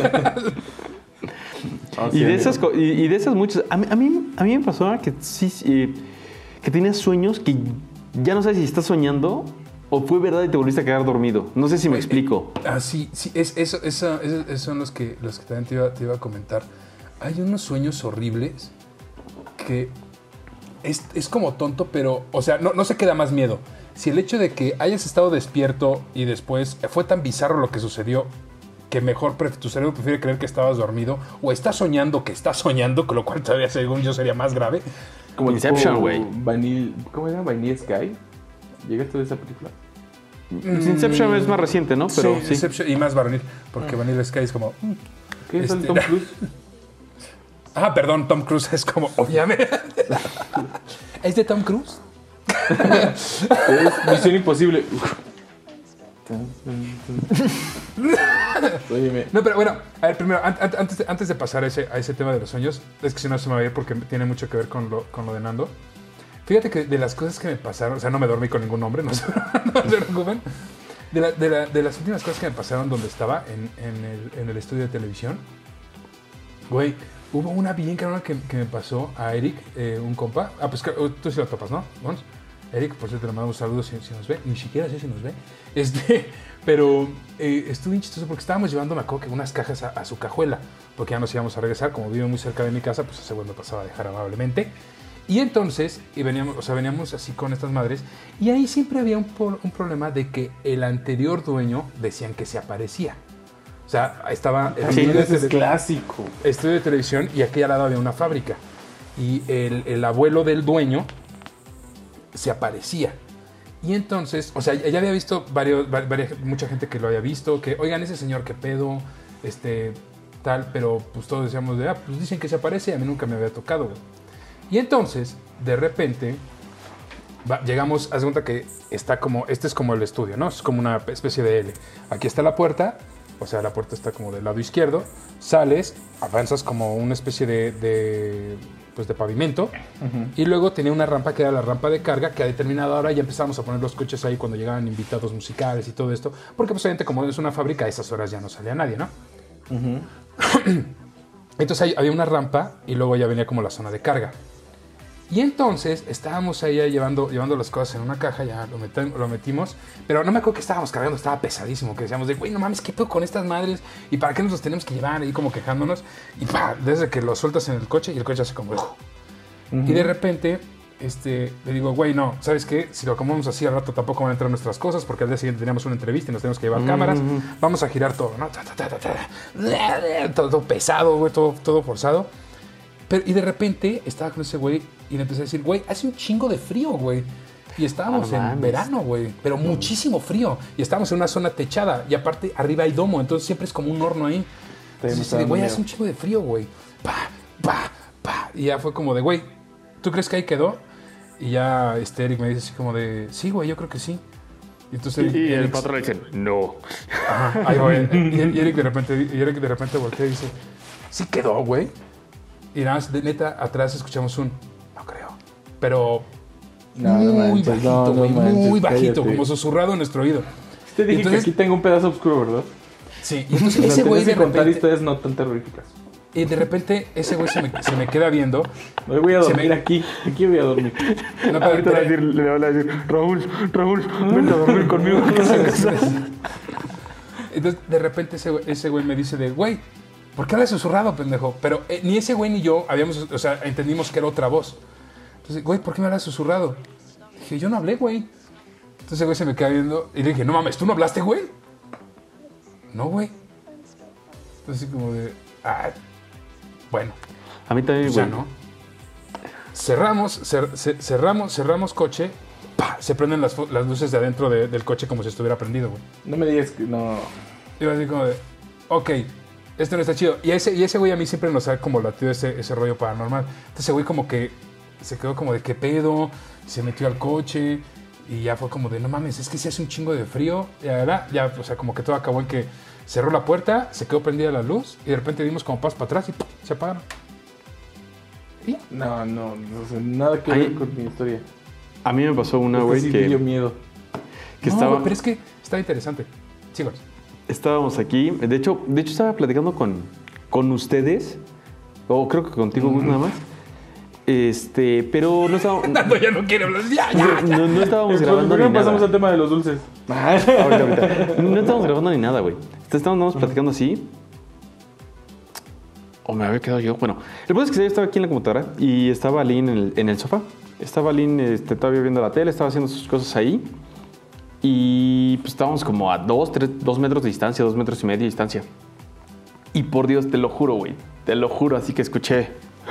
Ah, Y sí, de, amigo. esas, co- y, y de esas muchas... A mí, a mí, a mí me pasó que sí... sí, que tenías sueños que ya no sabes si estás soñando o fue verdad y te volviste a quedar dormido. No sé si me explico. Ah, sí, sí, es, eso, eso, eso- esos son los que, los que también te iba, te iba a comentar. Hay unos sueños horribles que es, es como tonto, pero, o sea, no, no se queda más miedo. Si el hecho de que hayas estado despierto y después fue tan bizarro lo que sucedió que mejor pref- tu cerebro prefiere creer que estabas dormido o estás soñando que estás soñando, con lo cual todavía según yo sería más grave. Como Inception, tipo güey. Vanilla, ¿cómo era? Vanilla Sky. ¿Llegaste de esa película? Inception es más reciente, ¿no? Pero sí, sí. Inception y más varonil, porque Vanilla Sky es como... mm. ¿Qué es el Este- Tom Cruise? Ah, perdón, Tom Cruise es como, obviamente. ¿Es de Tom Cruise? Es Misión Imposible. Óyeme. No, pero bueno, a ver, primero, an- an- antes de, antes de pasar a ese, a ese tema de los sueños, es que si no se me va a ir porque tiene mucho que ver con lo, con lo de Nando. Fíjate que de las cosas que me pasaron, o sea, no me dormí con ningún hombre, no se, no se preocupen. De, la- de, la- de las últimas cosas que me pasaron donde estaba, en, en el, en el estudio de televisión, güey, hubo una bien cabrona que, que me pasó a Eric, eh, un compa. Ah, pues que- tú sí lo topas, ¿no? Vamos. Eric, por cierto, le mandamos saludos si, si nos ve. Ni siquiera sé si nos ve. Este, pero eh, estuvo bien chistoso porque estábamos llevando, me acuerdo que unas cajas a, a su cajuela, porque ya nos íbamos a regresar. Como vive muy cerca de mi casa, pues ese güey me pasaba a dejar amablemente. Y entonces, y veníamos, o sea, veníamos así con estas madres, y ahí siempre había un, po- un problema de que el anterior dueño decían que se aparecía. O sea, estaba el Sí, estudio, ese es de tele- clásico. estudio de televisión y aquí al lado había una fábrica. Y el, el abuelo del dueño se aparecía. Y entonces, o sea, ya había visto varios, varias, mucha gente que lo había visto, que, oigan, ese señor, qué pedo, este, tal, pero pues todos decíamos de, ah, pues dicen que se aparece y a mí nunca me había tocado, güey. Y entonces, de repente, va, llegamos, haz de cuenta que está como, este es como el estudio, ¿no? Es como una especie de L. Aquí está la puerta, o sea, la puerta está como del lado izquierdo, sales, avanzas como una especie de... de pues de pavimento, uh-huh. Y luego tenía una rampa que era la rampa de carga, que a determinada hora ya empezamos a poner los coches ahí cuando llegaban invitados musicales y todo esto, porque pues obviamente como es una fábrica, a esas horas ya no salía nadie, ¿no? Uh-huh. Entonces ahí había una rampa y luego ya venía como la zona de carga. Y entonces estábamos ahí llevando, llevando las cosas en una caja, ya lo, metem, lo metimos, pero no me acuerdo que estábamos cargando, estaba pesadísimo, que decíamos de, güey, no mames, ¿qué pedo con estas madres? ¿Y para qué nos los tenemos que llevar? Ahí como quejándonos, y pa, desde que lo sueltas en el coche, y el coche hace como... Uh-huh. Y de repente, este, le digo, güey, no, ¿sabes qué? Si lo acomodamos así al rato tampoco van a entrar nuestras cosas, porque al día siguiente teníamos una entrevista y nos tenemos que llevar uh-huh. cámaras, vamos a girar todo, ¿no? Todo, todo pesado, güey, todo, todo forzado. Pero, y de repente estaba con ese güey y le empecé a decir, güey, hace un chingo de frío, güey. Y estábamos ah, en mames. verano, güey, pero no. muchísimo frío. Y estábamos en una zona techada y aparte arriba hay domo, entonces siempre es como un horno ahí. Entonces, güey, hace un chingo de frío, güey. Pa, pa, pa. Y ya fue como de, güey, ¿tú crees que ahí quedó? Y ya este Eric me dice así como de, sí, güey, yo creo que sí. Y, entonces, y, y Eric, el patrón le dice, no. Ajá, ahí voy. Y, y Eric de repente, y Eric de repente voltea y dice, sí quedó, güey. Y nada más, de neta, atrás escuchamos un, no creo, pero no, muy, no manches, bajito, güey, no, no muy bajito, cállate. Como susurrado en nuestro oído. Te dije entonces, que aquí tengo un pedazo oscuro, ¿verdad? Sí, y entonces ese güey de contar repente... historias no tan terroríficas. Y de repente ese güey se me, se me queda viendo. Me voy a dormir me... aquí, aquí voy a dormir. No, ahorita le, decir, le voy a decir, Raúl, Raúl, vente a dormir conmigo. Entonces de repente ese, ese güey me dice de, güey, ¿por qué hablas susurrado, pendejo? Pero eh, ni ese güey ni yo habíamos, o sea, entendimos que era otra voz. Entonces, güey, ¿por qué me hablas susurrado? Dije, yo no hablé, güey. Entonces ese güey se me queda viendo y le dije, no mames, ¿tú no hablaste, güey? No, güey. Entonces como de, ah, bueno. A mí también, güey. Ya no. Cerramos, cer, cer, cerramos, cerramos coche, ¡pah! Se prenden las, las luces de adentro de, del coche como si estuviera prendido, güey. No me digas que no. Iba así como de, ok. Esto no está chido. Y ese, y ese güey a mí siempre nos ha como latido ese, ese rollo paranormal. Entonces ese güey como que se quedó como de qué pedo, se metió al coche y ya fue como de no mames, es que se hace un chingo de frío. Y ya, ya, o sea, como que todo acabó en que cerró la puerta, se quedó prendida la luz y de repente dimos como pasos para atrás y ¡pum! Se apagaron. ¿Y? No, no, no sé, nada que ver con mi historia. A mí me pasó una, güey, sí que... me dio miedo. Que no, estaba... pero es que estaba interesante. Sigamos. Estábamos aquí, de hecho, de hecho estaba platicando con, con ustedes, o creo que contigo, Gus, mm. nada más. Este, pero no estábamos... Nando ya no quiere hablar, ya, ya, ya. No, no estábamos grabando ¿Por qué ni no pasamos nada. al tema de los dulces? ahorita, ahorita. No estábamos grabando ni nada, güey. Estábamos platicando así. O me había quedado yo. Bueno, el punto es que yo estaba aquí en la computadora y estaba Aline en el, en el sofá. Estaba Aline este, todavía viendo la tele, estaba haciendo sus cosas ahí. Y pues estábamos como a dos, tres, dos metros de distancia, dos metros y medio de distancia. Y por Dios, te lo juro, güey. Te lo juro, así que escuché.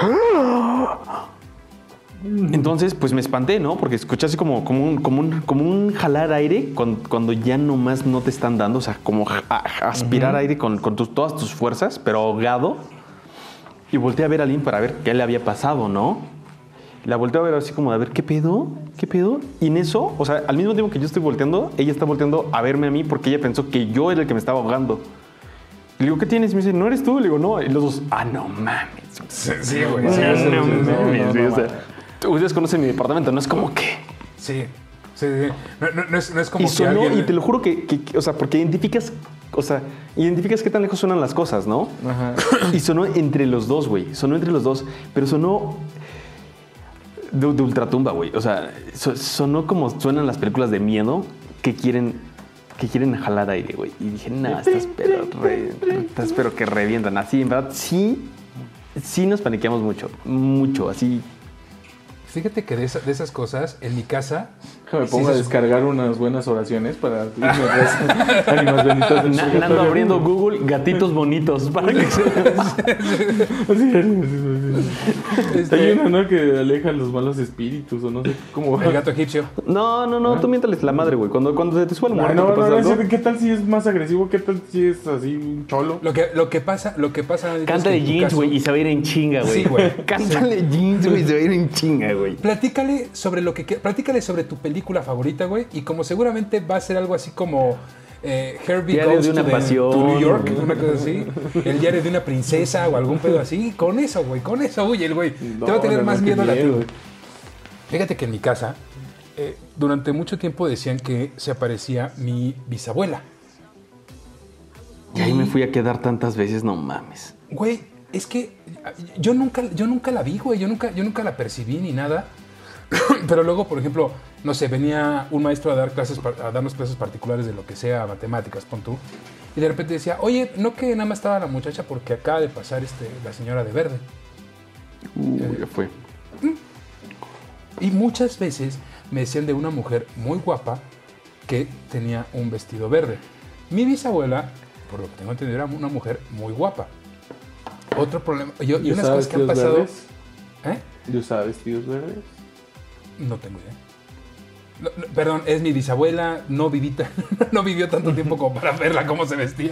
Entonces, pues me espanté, ¿no? Porque escuché así como, como, un, como, un, como un jalar aire cuando, cuando ya nomás no te están dando. O sea, como a, a aspirar uh-huh. aire con, con tus, todas tus fuerzas, pero ahogado. Y volteé a ver a Lynn para ver qué le había pasado, ¿no? La volteo a ver así como de a ver, ¿qué pedo? ¿Qué pedo? Y en eso, o sea, al mismo tiempo que yo estoy volteando, ella está volteando a verme a mí porque ella pensó que yo era el que me estaba ahogando. Le digo, ¿qué tienes? Y me dice, ¿no eres tú? Le digo, no. Y los dos, ah, no mames. Sí, sí, güey. No, sí, no, sí, no, sí, no, sí, mames. no, no, O sea, ustedes conocen mi departamento, no es como que... Sí, sí, sí. No, no, no, es, no es como y que sonó, alguien... Y te lo juro que, que, o sea, porque identificas, o sea, identificas qué tan lejos suenan las cosas, ¿no? Ajá. Y sonó entre los dos, güey. Sonó entre los dos, pero sonó... De, de ultratumba, güey. O sea, so, sonó como suenan las películas de miedo que quieren, que quieren jalar aire, güey. Y dije, no, estas pero, re, estas pero que revientan. Así, en verdad, sí, sí nos paniqueamos mucho. Mucho, así. Fíjate que de, esa, de esas cosas, en mi casa... Me pongo sí, a descargar su... unas buenas oraciones para... ánimas benditas del Nando abriendo Google, gatitos bonitos. Para que se... Este, Hay una, ¿no? Que aleja los malos espíritus o no sé cómo. el gato egipcio. No, no, no, tú miéntales la madre, güey. Cuando, cuando se te sube el No, muerto, no, ¿te no, pasa no, algo? ese- ¿qué tal si es más agresivo? ¿Qué tal si es así un cholo? Lo que, lo que pasa, lo que pasa... es que Cántale en tu jeans, caso- güey, y se va a ir en chinga, güey. Sí, güey. Cántale jeans, güey, y se va a ir en chinga, güey. Platícale sobre lo que que- platícale sobre tu película favorita, güey, y como seguramente va a ser algo así como eh, Herbie Diario Goes de una to, the- pasión. to New York, una cosa así, el diario de una princesa o algún pedo así, con eso, güey, con eso huye el güey. No, Te va a tener no, no, más qué miedo a la miedo. ti. Fíjate que en mi casa eh, durante mucho tiempo decían que se aparecía mi bisabuela. Y ahí me fui a quedar tantas veces, no mames. Güey, es que yo nunca, yo nunca la vi, güey. Yo nunca, yo nunca la percibí ni nada. Pero luego, por ejemplo, no sé, venía un maestro a dar clases, par- a darnos clases particulares de lo que sea, matemáticas, pon tú. Y de repente decía, oye, no que nada más estaba la muchacha porque acaba de pasar este, la señora de verde. Uh, ya fue. Y muchas veces me decían de una mujer muy guapa que tenía un vestido verde. Mi bisabuela, por lo que tengo entendido, era una mujer muy guapa. Otro problema, yo, y ¿Y unas usaba cosas que han vestidos pasado... verdes? ¿Eh? ¿Y usaba vestidos verdes? No tengo idea. No, no, perdón, es mi bisabuela, no, viví ta- no vivió tanto tiempo como para verla cómo se vestía.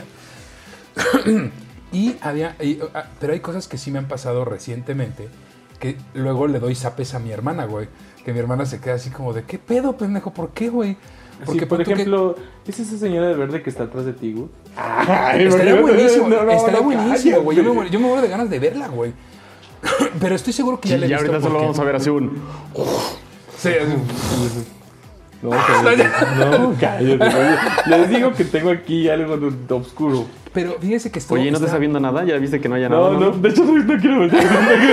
y había, y, ah, pero hay cosas que sí me han pasado recientemente que luego le doy zapes a mi hermana, güey. Que mi hermana se queda así como de, ¿qué pedo, pendejo? ¿Por qué, güey? Porque, por pon tú que- ejemplo, ¿es esa señora de verde que está atrás de ti, güey? Estaría buenísimo, No, no, estaría no, buenísimo, güey. Yo me, cállate. muero- yo me muero de ganas de verla, güey. Pero estoy seguro que ya Y la he visto ahorita solo porque- vamos a ver así un... Sí, así. No, cállate. No, cállate. güey. Les digo que tengo aquí algo de, de oscuro. Pero fíjese que estoy... Oye, ¿no te está viendo nada? ¿Ya viste que no haya nada? No, no, de hecho no no quiero meter.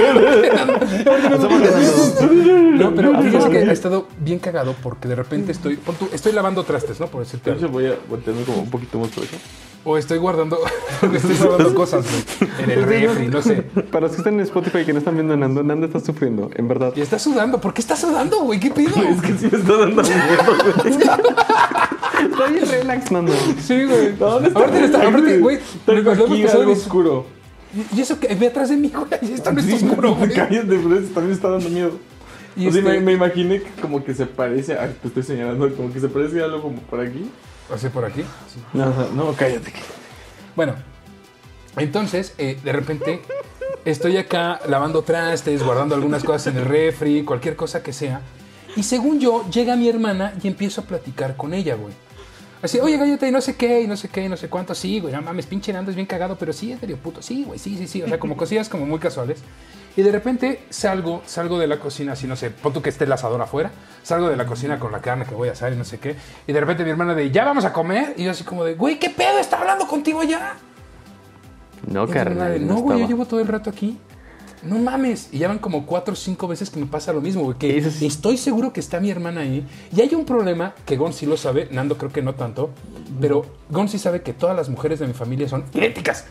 No, pero fíjese que ha estado bien cagado porque de repente estoy... pon tú, estoy lavando trastes, ¿no? Por decirte De hecho algo. voy a voltearme como un poquito más por eso. O estoy guardando... estoy guardando cosas, güey. En el refri, no sé. Para los que están en Spotify y que no están viendo a Nando, Nando está sufriendo, en verdad. Y está sudando. ¿Por qué está sudando, güey? ¿Qué pido? Es que sí me está dando miedo, güey. Está bien relax, Nando. Sí, güey. ¿Dónde está? Aparte, está, aparte, güey, Tengo nos lo hemos aquí pasado algo de- oscuro. Y y eso que ve atrás de mí, güey. Ahí está, no está Sí, oscuro, güey. cállate, pero eso también está dando miedo. Y o sea, este- me, me imaginé que como que se parece, ay, te estoy señalando, como que se parece a algo como por aquí. Así por aquí. Sí. No, no, no, cállate. Bueno, entonces, eh, de repente, estoy acá lavando trastes, guardando algunas cosas en el refri, cualquier cosa que sea. Y según yo, llega mi hermana y empiezo a platicar con ella, güey. Así, oye, galleta, y no sé qué, y no sé qué, y no sé cuánto. Sí, güey, no mames, pinche Nando es bien cagado, pero sí es medio puto. Sí, güey, sí, sí, sí. O sea, como cosillas como muy casuales. Y de repente salgo, salgo de la cocina, así, no sé, pon tú que esté el asador afuera. Salgo de la cocina con la carne que voy a asar y no sé qué. Y de repente mi hermana de, ¿ya vamos a comer? Y yo así como de, güey, ¿qué pedo? ¿Está hablando contigo ya? No, Y mi hermana de, carnal, no, no güey, yo estaba. llevo todo el rato aquí. No mames. Y ya van como cuatro o cinco veces que me pasa lo mismo, güey. Que Eso sí. estoy seguro que está mi hermana ahí. Y hay un problema que Gon sí lo sabe, Nando creo que no tanto. Pero Gon sí sabe que todas las mujeres de mi familia son idénticas.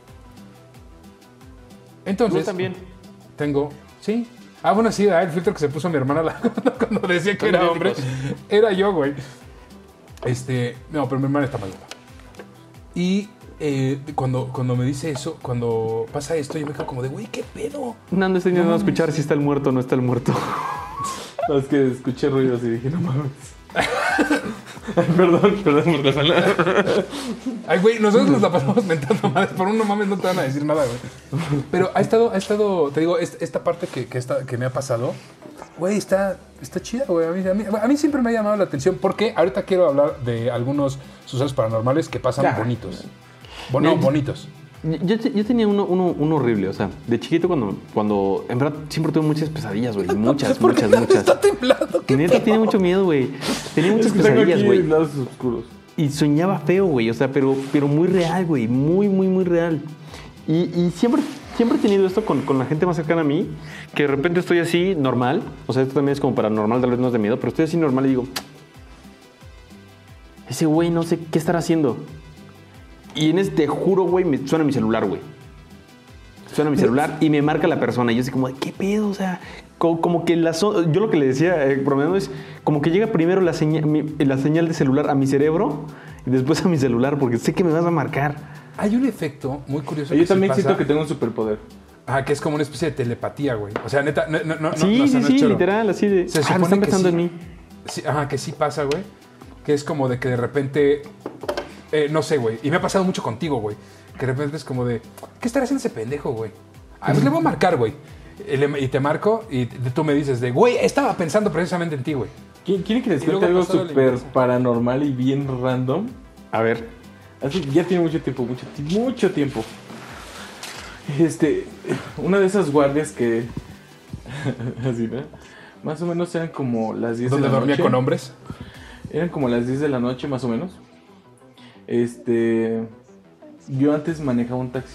Entonces. Tú también. Tengo. Sí. Ah, bueno, sí, ah, el filtro que se puso mi hermana la- cuando decía que Son era hombre. idénticos. Era yo, güey. Este. No, pero mi hermana está mal. Y. eh, cuando, cuando me dice eso, cuando pasa esto, yo me quedo como de, güey, ¿qué pedo? Nando está intentando escuchar si está el muerto o no está el muerto. No, es que escuché ruidos y dije, no mames. Ay, perdón, perdón por la palabra. Ay, güey, nosotros nos la pasamos mentando madres. Por un no mames no te van a decir nada, güey. Pero ha estado, ha estado, te digo, esta, esta parte que, que, está, que me ha pasado, güey, está, está chida, güey. A mí, a, mí, a mí siempre me ha llamado la atención porque ahorita quiero hablar de algunos sucesos paranormales que pasan Ya. bonitos. Bueno, Mira, bonitos. Yo, yo tenía uno, uno, uno horrible, o sea, de chiquito cuando, cuando, en verdad, siempre tuve muchas pesadillas, güey, muchas, ¿Por qué muchas, Nando muchas. está temblando? ¿Qué Neta, pedo? tiene mucho miedo, güey. Tenía muchas Es que tengo pesadillas, aquí güey. lados oscuros. Y soñaba feo, güey, o sea, pero, pero muy real, güey, muy, muy, muy real. Y, y siempre, siempre he tenido esto con, con la gente más cercana a mí, que de repente estoy así, normal, o sea, esto también es como paranormal, tal vez no es de miedo, pero estoy así normal y digo, ese güey no sé qué estará haciendo. Y en este, te juro, güey, me suena mi celular, güey. Suena mi celular y me marca la persona. Y yo así como, de, ¿qué pedo? O sea, como, como que la so- yo lo que le decía, eh, bromeando, es como que llega primero la, seña- mi- la señal de celular a mi cerebro y después a mi celular, porque sé que me vas a marcar. Hay un efecto muy curioso. Yo que sí también pasa. siento que tengo un superpoder. Ah, que es como una especie de telepatía, güey. O sea, neta, no, no, no, Sí, no, o sea, sí, no es sí, choro. literal, así de. Se ah, supone me están que pensando sí. en mí. Sí, ajá, que sí pasa, güey. Que es como de que de repente, eh, no sé, güey. Y me ha pasado mucho contigo, güey. Que de repente es como de, ¿qué estará haciendo ese pendejo, güey? Ah, pues le voy a marcar, güey. Y, le- y te marco y tú me dices de, güey, estaba pensando precisamente en ti, güey. ¿Qui- ¿Quieren que les Y cuente luego algo pasó la súper limpieza. paranormal y bien random? A ver. Así, ya tiene mucho tiempo, mucho, ti- mucho tiempo. Este, una de esas guardias que, así, ¿no? Más o menos eran como las diez de Donde la dormía noche. con hombres. Eran como las diez de la noche, más o menos. Este, yo antes manejaba un taxi.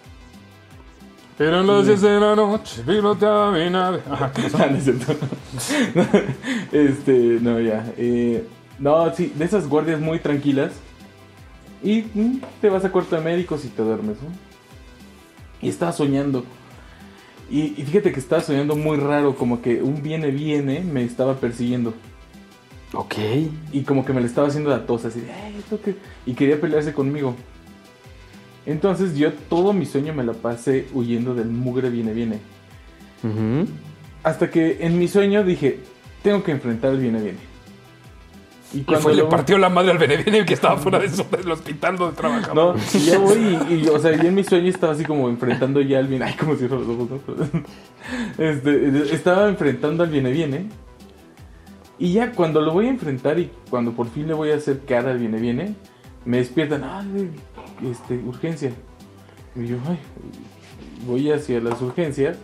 Eran las diez de la noche, piloteaba mi nave. Ajá, ¿qué pasó? Ah, no es cierto. Este, no, ya. eh, no, sí, de esas guardias muy tranquilas. Y mm, te vas a cuarto de médicos y te duermes, ¿no? Y estaba soñando. Y, y fíjate que estaba soñando muy raro, como que un viene, viene me estaba persiguiendo. Ok. Y como que me le estaba haciendo la tos, así de, "Ey, ¿esto qué?", y quería pelearse conmigo. Entonces yo todo mi sueño me la pasé huyendo del mugre viene, viene. Ujú. Hasta que en mi sueño dije, tengo que enfrentar al viene, viene. Y Le, fue, le lo- partió la madre al Benevene que estaba fuera de su- del hospital donde trabajaba. No, y ya voy y, y, o sea, yo en mi sueño estaba así como enfrentando ya al viene. Ay, como cierro los ojos, ¿no? Este, estaba enfrentando al viene, viene. Y ya cuando lo voy a enfrentar y cuando por fin le voy a hacer cara al viene, viene, me despiertan, ay, este, urgencia. Y yo, ay, voy hacia las urgencias.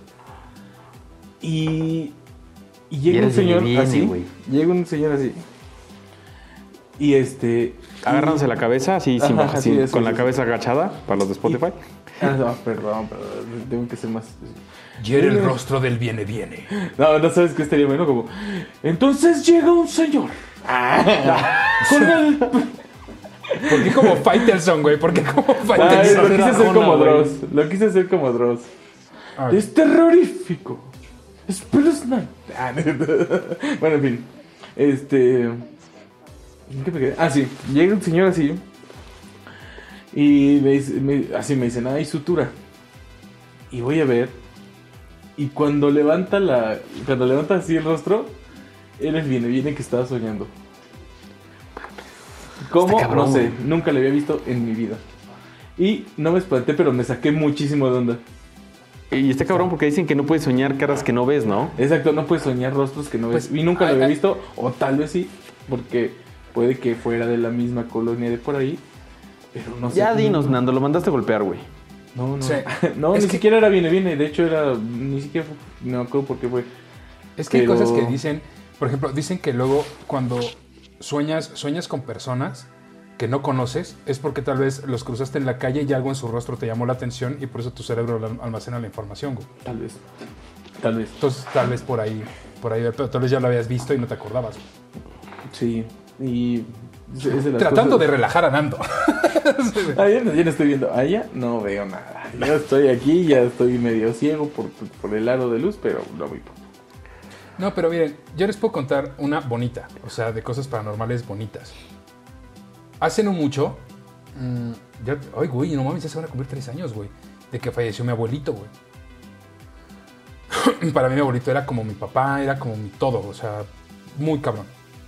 Y, y llega era un el señor viene, así. güey. Llega un señor así. Y este. Agarrándose y- la cabeza, así, sin Ajá, baja- así, sin- así, con la así. cabeza agachada, para los de Spotify. Ah, no, perdón, perdón, tengo que ser más. Y era el rostro del viene, viene. No, no sabes qué estaría bueno, como. Entonces llega un señor. Ah, con el. ¿Por qué como Faitelson, güey? ¿Por qué como Ay, Faitelson? lo quise hacer Arjona, como güey. Dross. Lo quise hacer como Dross. Ah, Es terrorífico. Espeluznante. Ah, no. Bueno, en fin. Este. ¿En qué me quedé? Ah, sí. Llega un señor así. Y me dice, me- así me dicen, hay sutura. Y voy a ver. Y cuando levanta la. Cuando levanta así el rostro, él es viene, viene que estaba soñando. ¿Cómo? Está cabrón, No sé. güey. Nunca le había visto en mi vida. Y no me espanté, pero me saqué muchísimo de onda. Y está cabrón porque dicen que no puedes soñar caras que no ves, ¿no? Exacto, no puedes soñar rostros que no ves. Pues, y nunca lo ay, había ay. visto, o tal vez sí, porque puede que fuera de la misma colonia de por ahí. Pero no sé. Ya dinos, Nando, lo mandaste a golpear, güey. No, no. Sí. No, Es ni que- siquiera era viene, viene. De hecho, era. Ni siquiera fue. No me acuerdo por qué fue. Es que Pero- hay cosas que dicen, por ejemplo, dicen que luego cuando sueñas, sueñas con personas que no conoces, es porque tal vez los cruzaste en la calle y algo en su rostro te llamó la atención y por eso tu cerebro al- almacena la información, güey. Tal vez. Tal vez. Entonces, tal vez por ahí, por ahí, pero tal vez ya lo habías visto y no te acordabas, güey. Sí. Y. es- es de las Tratando de cosas- relajar a Nando. Ah, ya, no, ya no estoy viendo. Allá no veo nada. Yo estoy aquí, ya estoy medio ciego por, por el aro de luz, pero no me importa. No, pero miren, yo les puedo contar una bonita, o sea, de cosas paranormales bonitas. Hace no mucho, mmm, ya, ay, güey, no mames, ya se van a cumplir tres años, güey, de que falleció mi abuelito, güey. Para mí mi abuelito era como mi papá, era como mi todo, o sea, muy cabrón.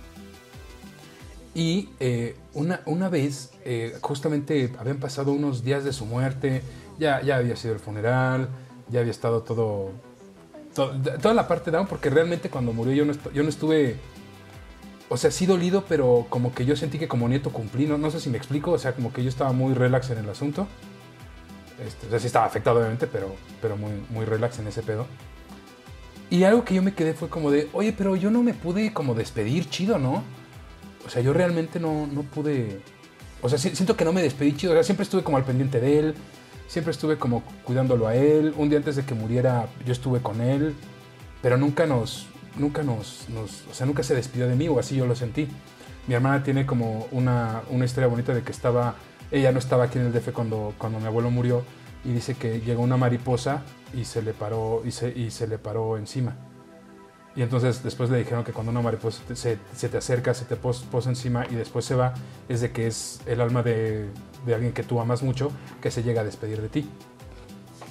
Y eh, una, una vez, eh, justamente habían pasado unos días de su muerte, ya, ya había sido el funeral, ya había estado todo, todo- toda la parte down, porque realmente cuando murió yo no, estu- yo no estuve, o sea, sí dolido, pero como que yo sentí que como nieto cumplí, no, no sé si me explico, o sea, como que yo estaba muy relax en el asunto. Este, o sea, sí estaba afectado obviamente, pero, pero muy, muy relax en ese pedo. Y algo que yo me quedé fue como de, oye, pero yo no me pude como despedir chido, ¿no? O sea, yo realmente no, no pude... O sea, si- siento que no me despedí chido. O sea, siempre estuve como al pendiente de él. Siempre estuve como cuidándolo a él. Un día antes de que muriera, yo estuve con él. Pero nunca nos... Nunca nos, nos... O sea, nunca se despidió de mí, o así yo lo sentí. Mi hermana tiene como una, una historia bonita de que estaba... Ella no estaba aquí en el D F cuando, cuando mi abuelo murió. Y dice que llegó una mariposa y se le paró, y se, y se le paró encima. Y entonces después le dijeron que cuando una mariposa te- se, se te acerca, se te pos- posa encima y después se va, es de que es el alma de, de alguien que tú amas mucho que se llega a despedir de ti.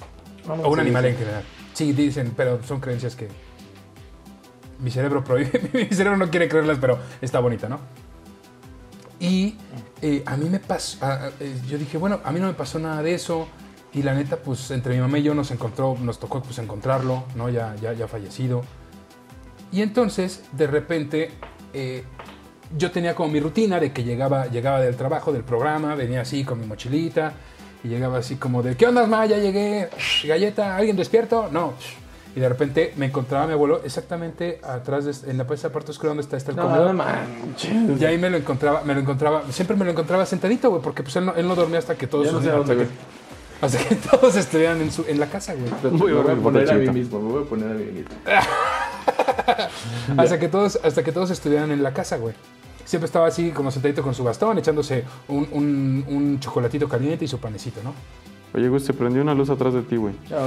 No, no o un sé animal eso. en general. Sí, dicen, pero son creencias que mi cerebro prohíbe, mi cerebro no quiere creerlas, pero está bonita, ¿no? Y eh, a mí me pasó, a- a- eh, yo dije, bueno, a mí no me pasó nada de eso. Y la neta, pues entre mi mamá y yo nos encontró, nos tocó pues encontrarlo, ¿no? Ya, ya, ya fallecido. Y entonces, de repente, eh, yo tenía como mi rutina de que llegaba, llegaba del trabajo, del programa, venía así con mi mochilita y llegaba así como de, ¿qué onda, ma? Ya llegué, galleta, ¿alguien despierto? No. Y de repente me encontraba mi abuelo exactamente atrás, de, en la esa parte oscura donde está, está el No, comedor. no manches. Y ahí me lo encontraba, me lo encontraba, siempre me lo encontraba sentadito, güey, porque pues él no, él no dormía hasta que todos Ya no sé hasta, dónde, que, güey. hasta que todos estuvieran en, su, en la casa, güey. Me Voy a voy a ver, poner a mí chivito. mismo, me voy a poner a mí mismo. Hasta que todos, hasta que todos estuvieran en la casa, güey. Siempre estaba así como sentadito con su bastón, echándose un, un, un chocolatito caliente y su panecito, ¿no? Oye, güey, se prendió una luz atrás de ti, güey. Ah, ok.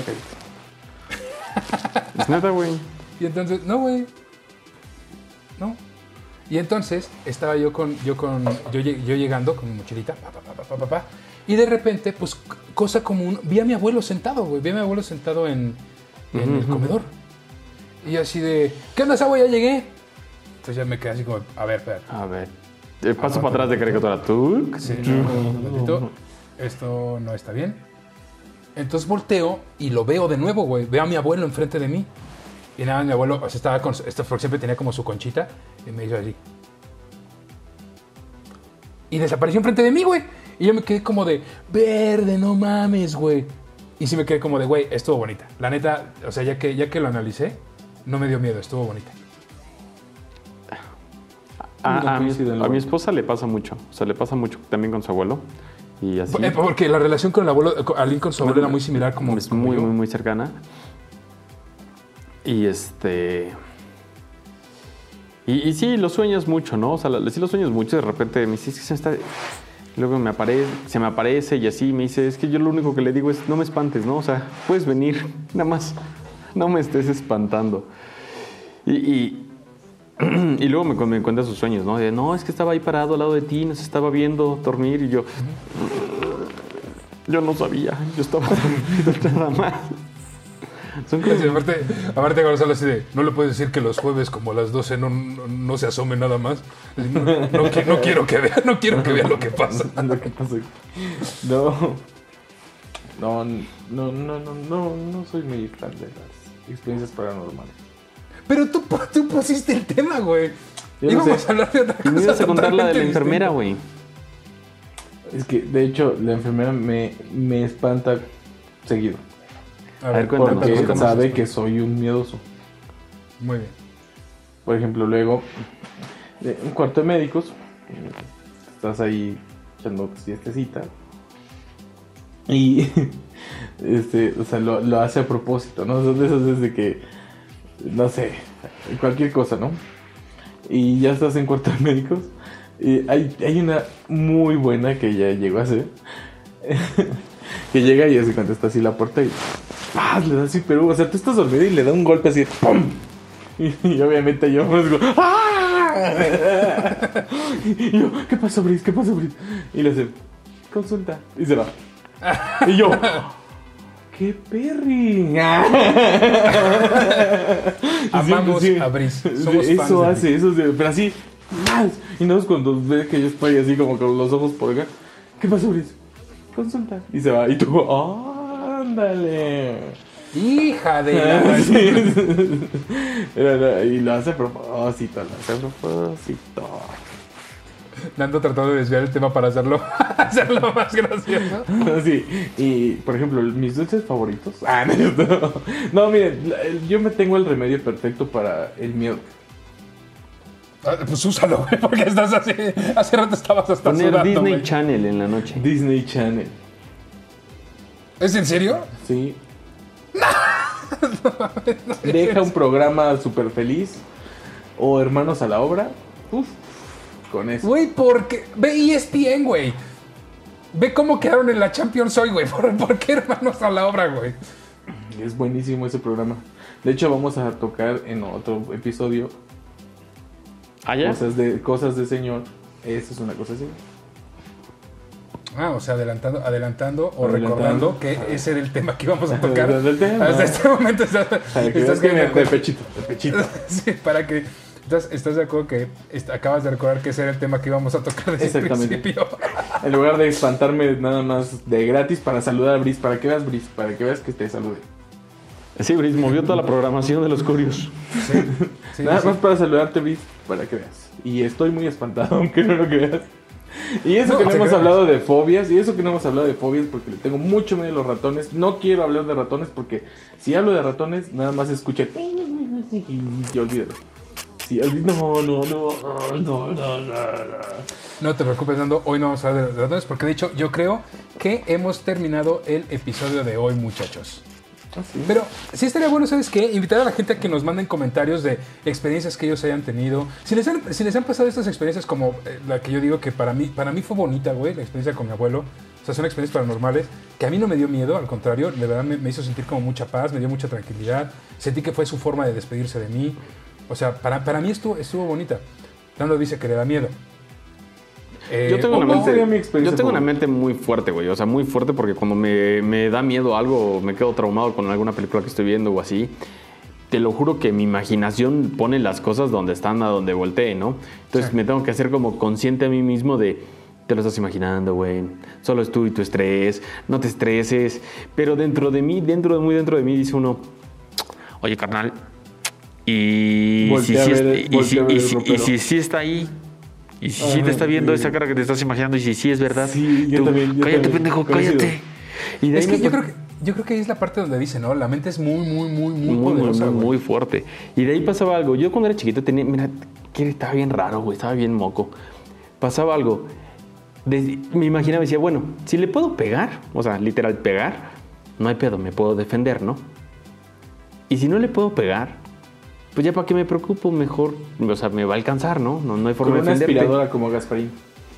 Es neta, güey. Y entonces, no, güey. No. Y entonces estaba yo con, yo con, yo, lle- yo llegando con mi mochilita, pa, pa, pa, pa, pa, pa, pa, y de repente, pues, c- cosa común, vi a mi abuelo sentado, güey, vi a mi abuelo sentado en, en el comedor. Y yo así de, ¿qué onda, Sabo? Ya llegué. Entonces ya me quedé así como, a ver, espera. A ver. Eh, paso Ah, para atrás de caricatura. Tú. Sí, no, un momentito. Esto no está bien. Entonces volteo y lo veo de nuevo, güey. Veo a mi abuelo enfrente de mí. Y nada, mi abuelo, o sea, estaba con, este, porque siempre tenía como su conchita. Y me hizo así. Y desapareció enfrente de mí, güey. Y yo me quedé como de, verde, no mames, güey. Y sí me quedé como de, güey, estuvo bonita. La neta, o sea, ya que, ya que lo analicé, no me dio miedo, estuvo bonita. A, No a mi, coincido en lo a mi bueno. esposa le pasa mucho. O sea, le pasa mucho también con su abuelo. Y así. Eh, Porque la relación con el abuelo, con- Aline con su abuelo era muy similar como, es como muy, yo. muy, muy cercana. Y este. Y, y sí, lo sueñas mucho, ¿no? O sea, la- sí lo sueñas mucho. De repente me dice, es que se me está. Luego me aparece, se me aparece y así me dice, es que yo lo único que le digo es, no me espantes, ¿no? O sea, puedes venir, nada más. No me estés espantando. Y. y y luego me, cu- me cuenta sus sueños, ¿no? De, no, es que estaba ahí parado al lado de ti, nos estaba viendo dormir y yo... Yo no sabía, yo estaba dormido nada más. Son cosas... Sí, aparte, aparte Gonzalo así de, no le puedes decir que los jueves como a las doce no, no, no se asome nada más. Así, No, no, qui- no quiero que vea, no quiero que vea lo que pasa. Lo que pasa. No. No, no, no, no, no, no soy muy fan de las experiencias paranormales. Pero tú, pu- tú pusiste el tema, güey. Yo no Íbamos sé. a hablar de otra Y cosa. me ibas a contar la de la totalmente enfermera, distinta. güey. Es que, de hecho, la enfermera me, me espanta seguido. A A ver, ver, cuéntanos, Porque cuéntanos. sabe que soy un miedoso. Muy bien. Por ejemplo, luego, de un cuarto de médicos, eh, estás ahí echando siestecita. Y, este, o sea, lo, lo hace a propósito, ¿no? Son de esas veces de que, no sé, cualquier cosa, ¿no? Y ya estás en cuarto de médicos. Y hay, hay una muy buena que ya llegó a hacer. Que llega y hace cuando está así la puerta y ¡pah! Le da así, pero, o sea, tú estás dormido y le da un golpe así, ¡pum! Y, y obviamente yo pues digo, ¡ah! Y yo, ¿qué pasó, Brice? ¿Qué pasó, Brice? Y le hace, consulta. Y se va. Y yo, ¡qué perri! Amamos Sí, a Brice. sí, Somos fans eso de hace, eso hace, pero así, más. Y no es cuando ve que yo estoy así como con los ojos por acá. ¿Qué pasó, Brice? Consulta. Y se va. Y tú, ándale. Hija de la... Sí. Era- era- Y lo hace a propósito, lo hace a propósito. Nando trató de desviar el tema para hacerlo, hacerlo más gracioso. Sí, y por ejemplo, mis dulces favoritos. Ah, no, no. No, miren, la- el- yo me tengo el remedio perfecto para el miedo. Ah, Pues úsalo, güey, porque estás así. Hace rato estabas hasta Poner sudando, Disney güey. Channel en la noche. Disney Channel. ¿Es en serio? Sí. Deja un programa súper feliz. O Hermanos a la Obra. Uf, con eso. Güey, porque... Ve E S P N, güey. Ve cómo quedaron en la Champions hoy, güey. ¿Por, por qué hermanos a la obra, güey? Es buenísimo ese programa. De hecho, vamos a tocar en otro episodio ¿Allá? cosas de, cosas de señor. Esa es una cosa así. Ah, o sea, adelantando, adelantando o Adelantando. recordando que ese era el tema que íbamos a tocar. Del- del tema. Hasta este momento estás, Para que estás veas que me- de de pechito, de pechito. Sí, para que estás, estás de acuerdo que est- acabas de recordar que ese era el tema que íbamos a tocar desde el Exactamente. principio. En lugar de espantarme nada más de gratis para saludar a Brice, para que veas Brice, para que veas que te salude. Sí, Brice movió toda la programación de los Curios. Sí, sí, nada sí. más para saludarte, Brice, para que veas. Y estoy muy espantado, aunque no lo creas. Y eso No, que no te hemos creas. hablado de fobias, y eso que no hemos hablado de fobias porque le tengo mucho miedo a los ratones. No quiero hablar de ratones porque si hablo de ratones, nada más escuché y olvídalo. Sí, olví- no, no, no, no, no, no, no. No te preocupes, Nando. Hoy no vamos a hablar de ratones porque, de hecho, yo creo que hemos terminado el episodio de hoy, muchachos. Ah, sí. Pero sí estaría bueno, ¿sabes qué? Invitar a la gente a que nos manden comentarios de experiencias que ellos hayan tenido. Si les han, si les han pasado estas experiencias como eh, la que yo digo que para mí, para mí fue bonita, güey, la experiencia con mi abuelo. O sea, son experiencias paranormales que a mí no me dio miedo, al contrario, de verdad me, me hizo sentir como mucha paz, me dio mucha tranquilidad. Sentí que fue su forma de despedirse de mí. O sea, para, para mí estuvo, estuvo bonita. Nando dice que le da miedo. Eh, Yo tengo, o- una ¿cómo mente, sería mi experiencia yo tengo una favorita? mente muy fuerte, güey. O sea, muy fuerte porque cuando me, me da miedo algo, me quedo traumado con alguna película que estoy viendo o así. Te lo juro que mi imaginación pone las cosas donde están, a donde voltee, ¿no? Entonces Sí. me tengo que hacer como consciente a mí mismo de, te lo estás imaginando, güey. Solo es tú y tu estrés. No te estreses. Pero dentro de mí, dentro de muy dentro de mí, dice uno, oye, carnal, y si Voltea sí a ver- es- y voltea si- a ver y el si- y ropero. si sí está ahí. Y si sí Ajá, te está viendo sí. esa cara que te estás imaginando y si sí es verdad. Sí, yo tú, también, yo cállate, también. pendejo, Coincido. cállate. Y de Es ahí que me yo pa- creo que, yo creo que ahí es la parte donde dice, ¿no? La mente es muy, muy, muy, muy, muy, muy, poderosa, muy, güey. muy fuerte. Y de ahí pasaba algo. Yo cuando era chiquito tenía, mira, que estaba bien raro, güey, estaba bien moco. Pasaba algo. Desde- me imaginaba y decía, bueno, si le puedo pegar, o sea, literal pegar, no hay pedo, me puedo defender, ¿no? Y si no le puedo pegar, pues ya para qué me preocupo, mejor, o sea, me va a alcanzar, ¿no? No, no hay forma Con de una defenderte. aspiradora como Gasparín.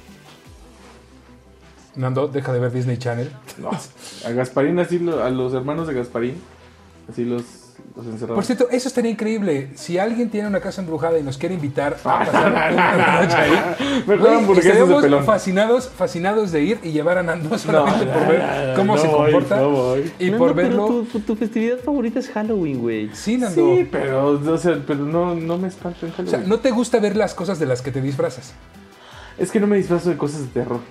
Nando, deja de ver Disney Channel. No. A Gasparín, así lo- a los hermanos de Gasparín, así los, los encerraron. Por cierto, eso estaría increíble. Si alguien tiene una casa embrujada y nos quiere invitar Ah, a pasar una noche ahí, Mejor güey, hamburguesas de estaríamos pelón. fascinados, fascinados de ir y llevar a Nando solamente por ver cómo no se voy, comporta no voy. y No, por no, pero verlo. Tu, tu festividad favorita es Halloween, güey. Sí, Nando. Sí, pero, o sea, pero no, no me espanto en O Halloween. sea, no te gusta ver las cosas de las que te disfrazas. Es que no me disfrazo de cosas de terror.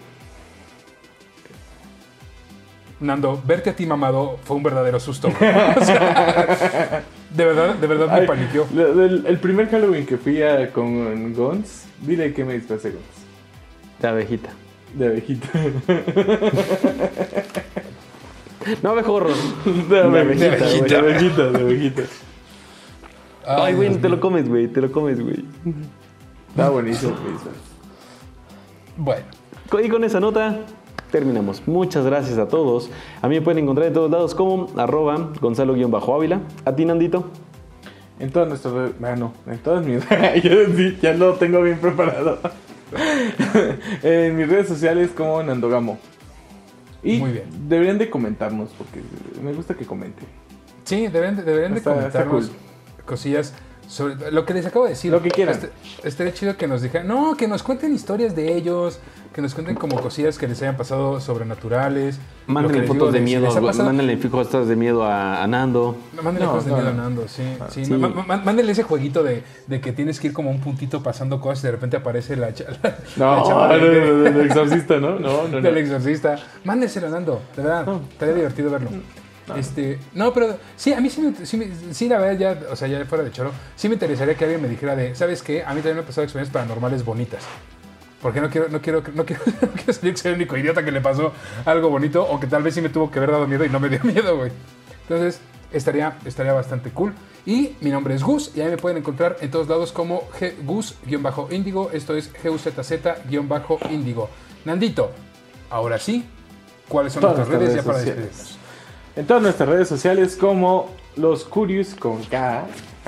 Nando, verte a ti mamado fue un verdadero susto. güey. O sea, de verdad, de verdad me Ay, paniqueó. lo- del- el primer Halloween que fui a, con Gons, dile que me disfrazé Gons. De abejita. De abejita. No, abejorro. De abejita, abejita, güey, de abejita, de abejita. Ay, güey, Dios te lo mío. comes, güey, te lo comes, güey. Está buenísimo mi disfraz. Bueno, Y con esa nota terminamos. Muchas gracias a todos. A mí me pueden encontrar en todos lados como arroba Gonzalo-Ávila. A ti, Nandito. En todas nuestras redes, bueno, en todas mis yo sí, ya lo tengo bien preparado. En mis redes sociales como Nandogamo. Y Muy bien. deberían de comentarnos porque me gusta que comenten. sí, deberían, de- deberían de Está- está comentarnos cool. cosillas sobre lo que les acabo de decir. Lo que quieran. Este- estaría chido que nos dijeran, no, que nos cuenten historias de ellos, que nos cuenten como cosillas que les hayan pasado sobrenaturales. Lo que Mándenle les fotos digo de si miedo. les ha pasado- Mándenle fotos de miedo a, a Nando. Mándenle No, cosas de no, miedo a no. Nando, sí. sí. sí. Ma- ma- Mándenle ese jueguito de, de que tienes que ir como un puntito pasando cosas y de repente aparece la, cha- la, No, la chava de- del del exorcista, ¿no? No, no, no. del exorcista. Mándenselo a Nando, de verdad. No. Estaría divertido verlo. Este, no, pero sí, a mí sí, me, sí, me- sí, la verdad, ya, o sea, ya fuera de choro, sí me interesaría que alguien me dijera de, ¿sabes qué? A mí también me han pasado experiencias paranormales bonitas. Porque no quiero, no quiero, no quiero, no quiero salir que soy el único idiota que le pasó algo bonito o que tal vez sí me tuvo que haber dado miedo y no me dio miedo, güey. Entonces, estaría, estaría bastante cool. Y mi nombre es Gus y ahí me pueden encontrar en todos lados como G- Gus-Índigo. Esto es G U Z Z-Índigo. Nandito, ahora sí, ¿cuáles son Todas nuestras redes ya nuestras para redes despedirnos? En todas nuestras redes sociales como Los Curious con K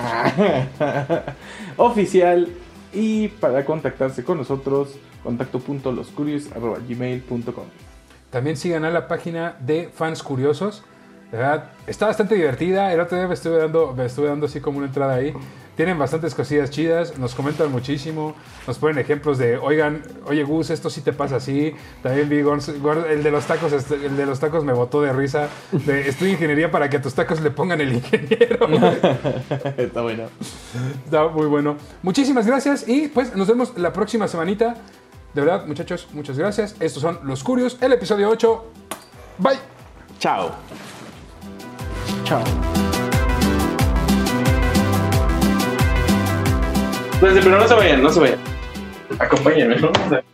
oficial y para contactarse con nosotros contacto.loscurious arroba gmail punto com. También sigan a la página de Fans Curiosos. De verdad, está bastante divertida. El otro día me estuve dando, me estuve dando así como una entrada ahí. tienen bastantes cosillas chidas, nos comentan muchísimo, nos ponen ejemplos de, oigan, oye Gus, esto sí te pasa así. También vi Gors- Gor- el de los tacos, este, el de los tacos me botó de risa. De, estudio ingeniería para que a tus tacos le pongan el ingeniero. Está bueno. Está muy bueno. Muchísimas gracias y pues nos vemos la próxima semanita. De verdad, muchachos, muchas gracias. Estos son Los Curios, el episodio ocho. Bye. Chao. Chao. Pues, pero no se vayan, no se vayan. Acompáñenme, ¿no? O sea,